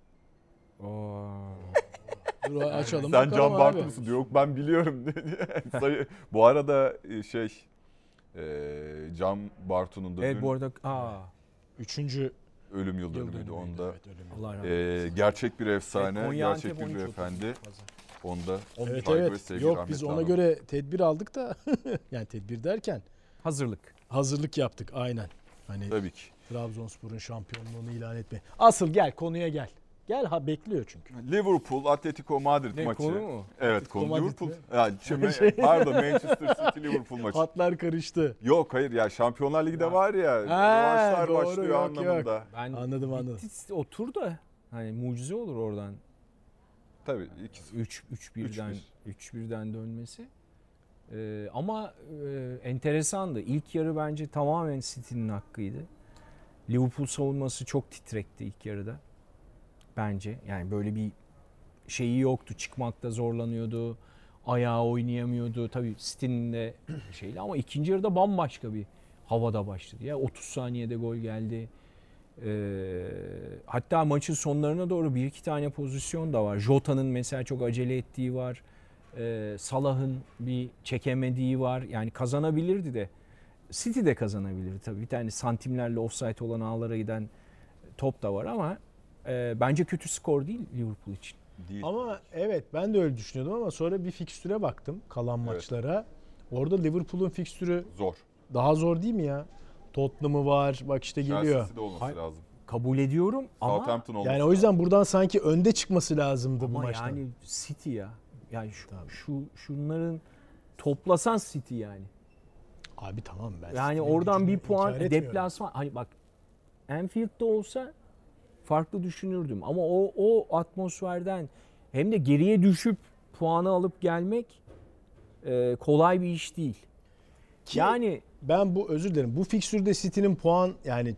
Oo. Dur açalım Sen bakalım Can Bartu abi. musun diyor. Yok ben biliyorum. Sayı- bu arada e, şey e, Can Bartu'nun da Evet dün bu arada aa, Üçüncü ölüm yıl yıl dönümüydü. dönümüydü. Onda Evet, ölüm yılı. Allah rahmet e, gerçek bir efsane, Evet, Konya gerçek Antep bir on üç beyefendi. otuz. Onda Evet saygı ve evet. sevgi, Yok rahmetle biz ona analım. göre tedbir aldık da yani tedbir derken Hazırlık. hazırlık yaptık aynen. Hani Tabii ki. Trabzonspor'un şampiyonluğunu ilan etme. Asıl gel konuya gel. Gel ha bekliyor çünkü. Liverpool Atletico Madrid Ne maçı. konu mu? Evet Atletico konu Madrid Liverpool. mi? Yani, şimdi, pardon Manchester City Liverpool maçı. Hatlar karıştı. Yok hayır ya Şampiyonlar Ligi'de var ya. Ha, Rövanşlar doğru, başlıyor yok, anlamında. Ben Anladım, anladım. bitti, otur da hani mucize olur oradan. Tabii ikisi. üç üç birden Üç üç birden dönmesi. Ee, ama e, enteresandı. İlk yarı bence tamamen City'nin hakkıydı. Liverpool savunması çok titrekti ilk yarıda. Bence yani böyle bir şeyi yoktu. Çıkmakta zorlanıyordu. Ayağı oynayamıyordu. Tabii City'nin de şeyli ama ikinci yarıda bambaşka bir havada başladı. Ya otuz saniyede gol geldi. Ee, hatta maçın sonlarına doğru bir iki tane pozisyon da var. Jota'nın mesela çok acele ettiği var. Ee, Salah'ın bir çekemediği var. Yani kazanabilirdi de. City de kazanabilirdi tabii. Bir tane santimlerle offside olan ağlara giden top da var ama e, bence kötü skor değil Liverpool için. Değil. Ama evet ben de öyle düşünüyordum ama sonra bir fikstüre baktım kalan Evet. maçlara. Orada Liverpool'un fikstürü Zor. daha zor değil mi ya? Tottenham'ı var bak işte geliyor. Chelsea'si de olması Hayır. lazım. Kabul ediyorum ama Southampton olması Yani o yüzden lazım. buradan sanki önde çıkması lazımdı bu ama maçtan. yani City ya. Yani şu, Tabii. şu şunların toplasan City yani. Abi tamam ben. Yani City'nin oradan bir gücünü puan inkar etmiyorum. deplasman. Hani bak Anfield'da olsa farklı düşünürdüm ama o o atmosferden hem de geriye düşüp puanı alıp gelmek e, kolay bir iş değil. Ki Yani ben bu özür dilerim. Bu fikstürde City'nin puan yani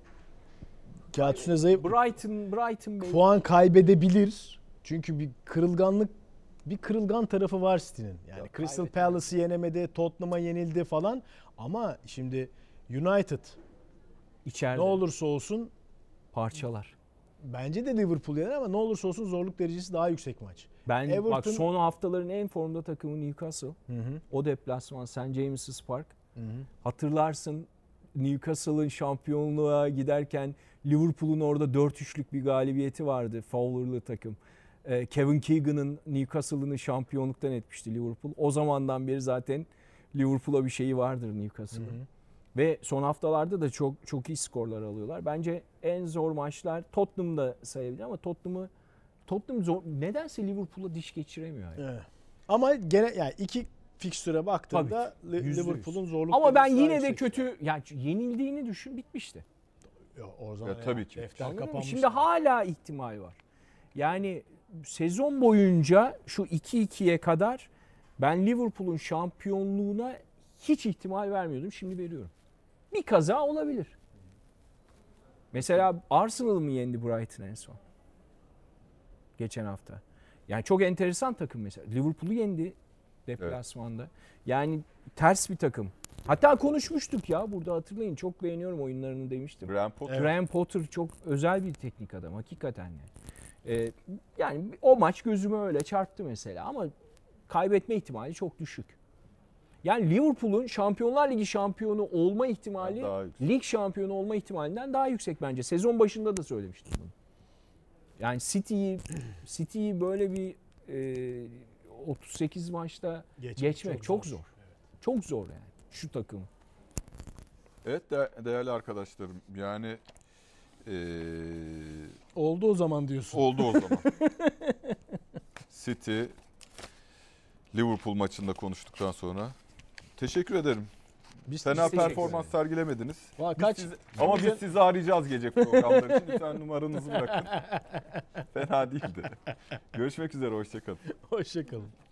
kağıt üstüne zayıf Brighton Brighton belki- puan kaybedebilir. Çünkü bir kırılganlık bir kırılgan tarafı var City'nin. Yani Yok, Crystal kaybetmez. Palace'ı yenemedi, Tottenham'a yenildi falan ama şimdi United içeride ne olursa olsun parçalar. bence de Liverpool yener ama ne olursa olsun zorluk derecesi daha yüksek maç. Ben bak Everton- son haftaların en formda takımı Newcastle. Hı hı. O deplasman Saint James's Park. Hı hı. Hatırlarsın Newcastle'ın şampiyonluğa giderken Liverpool'un orada dört üçlük bir galibiyeti vardı. Fowler'lı takım. Ee, Kevin Keegan'ın Newcastle'ını şampiyonluktan etmişti Liverpool. O zamandan beri zaten Liverpool'a bir şeyi vardır Newcastle'ın. Hı hı. Ve son haftalarda da çok çok iyi skorlar alıyorlar. Bence en zor maçlar Tottenham'da sayabilir ama Tottenham'ı Tottenham zor, nedense Liverpool'a diş geçiremiyor. Yani. Evet. Ama gene yani iki fikstüre baktığında Tabii, Li- yüzde yüz. Liverpool'un zorluk Ama ben derecesi daha yine de yüksek. kötü yani yenildiğini düşün bitmişti. Yok, o zaman Ya tabii ki. defter Anladın mı? kapanmış. Şimdi hala ihtimal var. Yani sezon boyunca şu iki ikiye kadar ben Liverpool'un şampiyonluğuna hiç ihtimal vermiyordum. Şimdi veriyorum. Bir kaza olabilir. Mesela Arsenal mı yendi Brighton en son? Geçen hafta. Yani çok enteresan takım mesela. Liverpool'u yendi deplasmanda. Yani ters bir takım. Hatta konuşmuştuk ya burada, hatırlayın. Çok beğeniyorum oyunlarını demiştim. Graham Potter. Evet. Graham Potter çok özel bir teknik adam hakikaten yani. Ee, yani o maç gözüme öyle çarptı mesela ama kaybetme ihtimali çok düşük. Yani Liverpool'un Şampiyonlar Ligi şampiyonu olma ihtimali Daha yüksek. lig şampiyonu olma ihtimalinden daha yüksek bence. Sezon başında da söylemiştim bunu. Yani City'yi City'yi böyle bir e, otuz sekiz maçta Geçmek geçmek çok çok, zor. zor. Çok zor yani şu takım. Evet de, değerli arkadaşlarım yani ee, Oldu o zaman diyorsun. oldu o zaman. City Liverpool maçında konuştuktan sonra teşekkür ederim. Biz Fena teşekkür performans ederim. sergilemediniz. Valla Biz kaç? sizi- ama biz sizi arayacağız gece programları için. Lütfen numaranızı bırakın. Fena değildi. Görüşmek üzere, hoşça kalın. Hoşçakalın.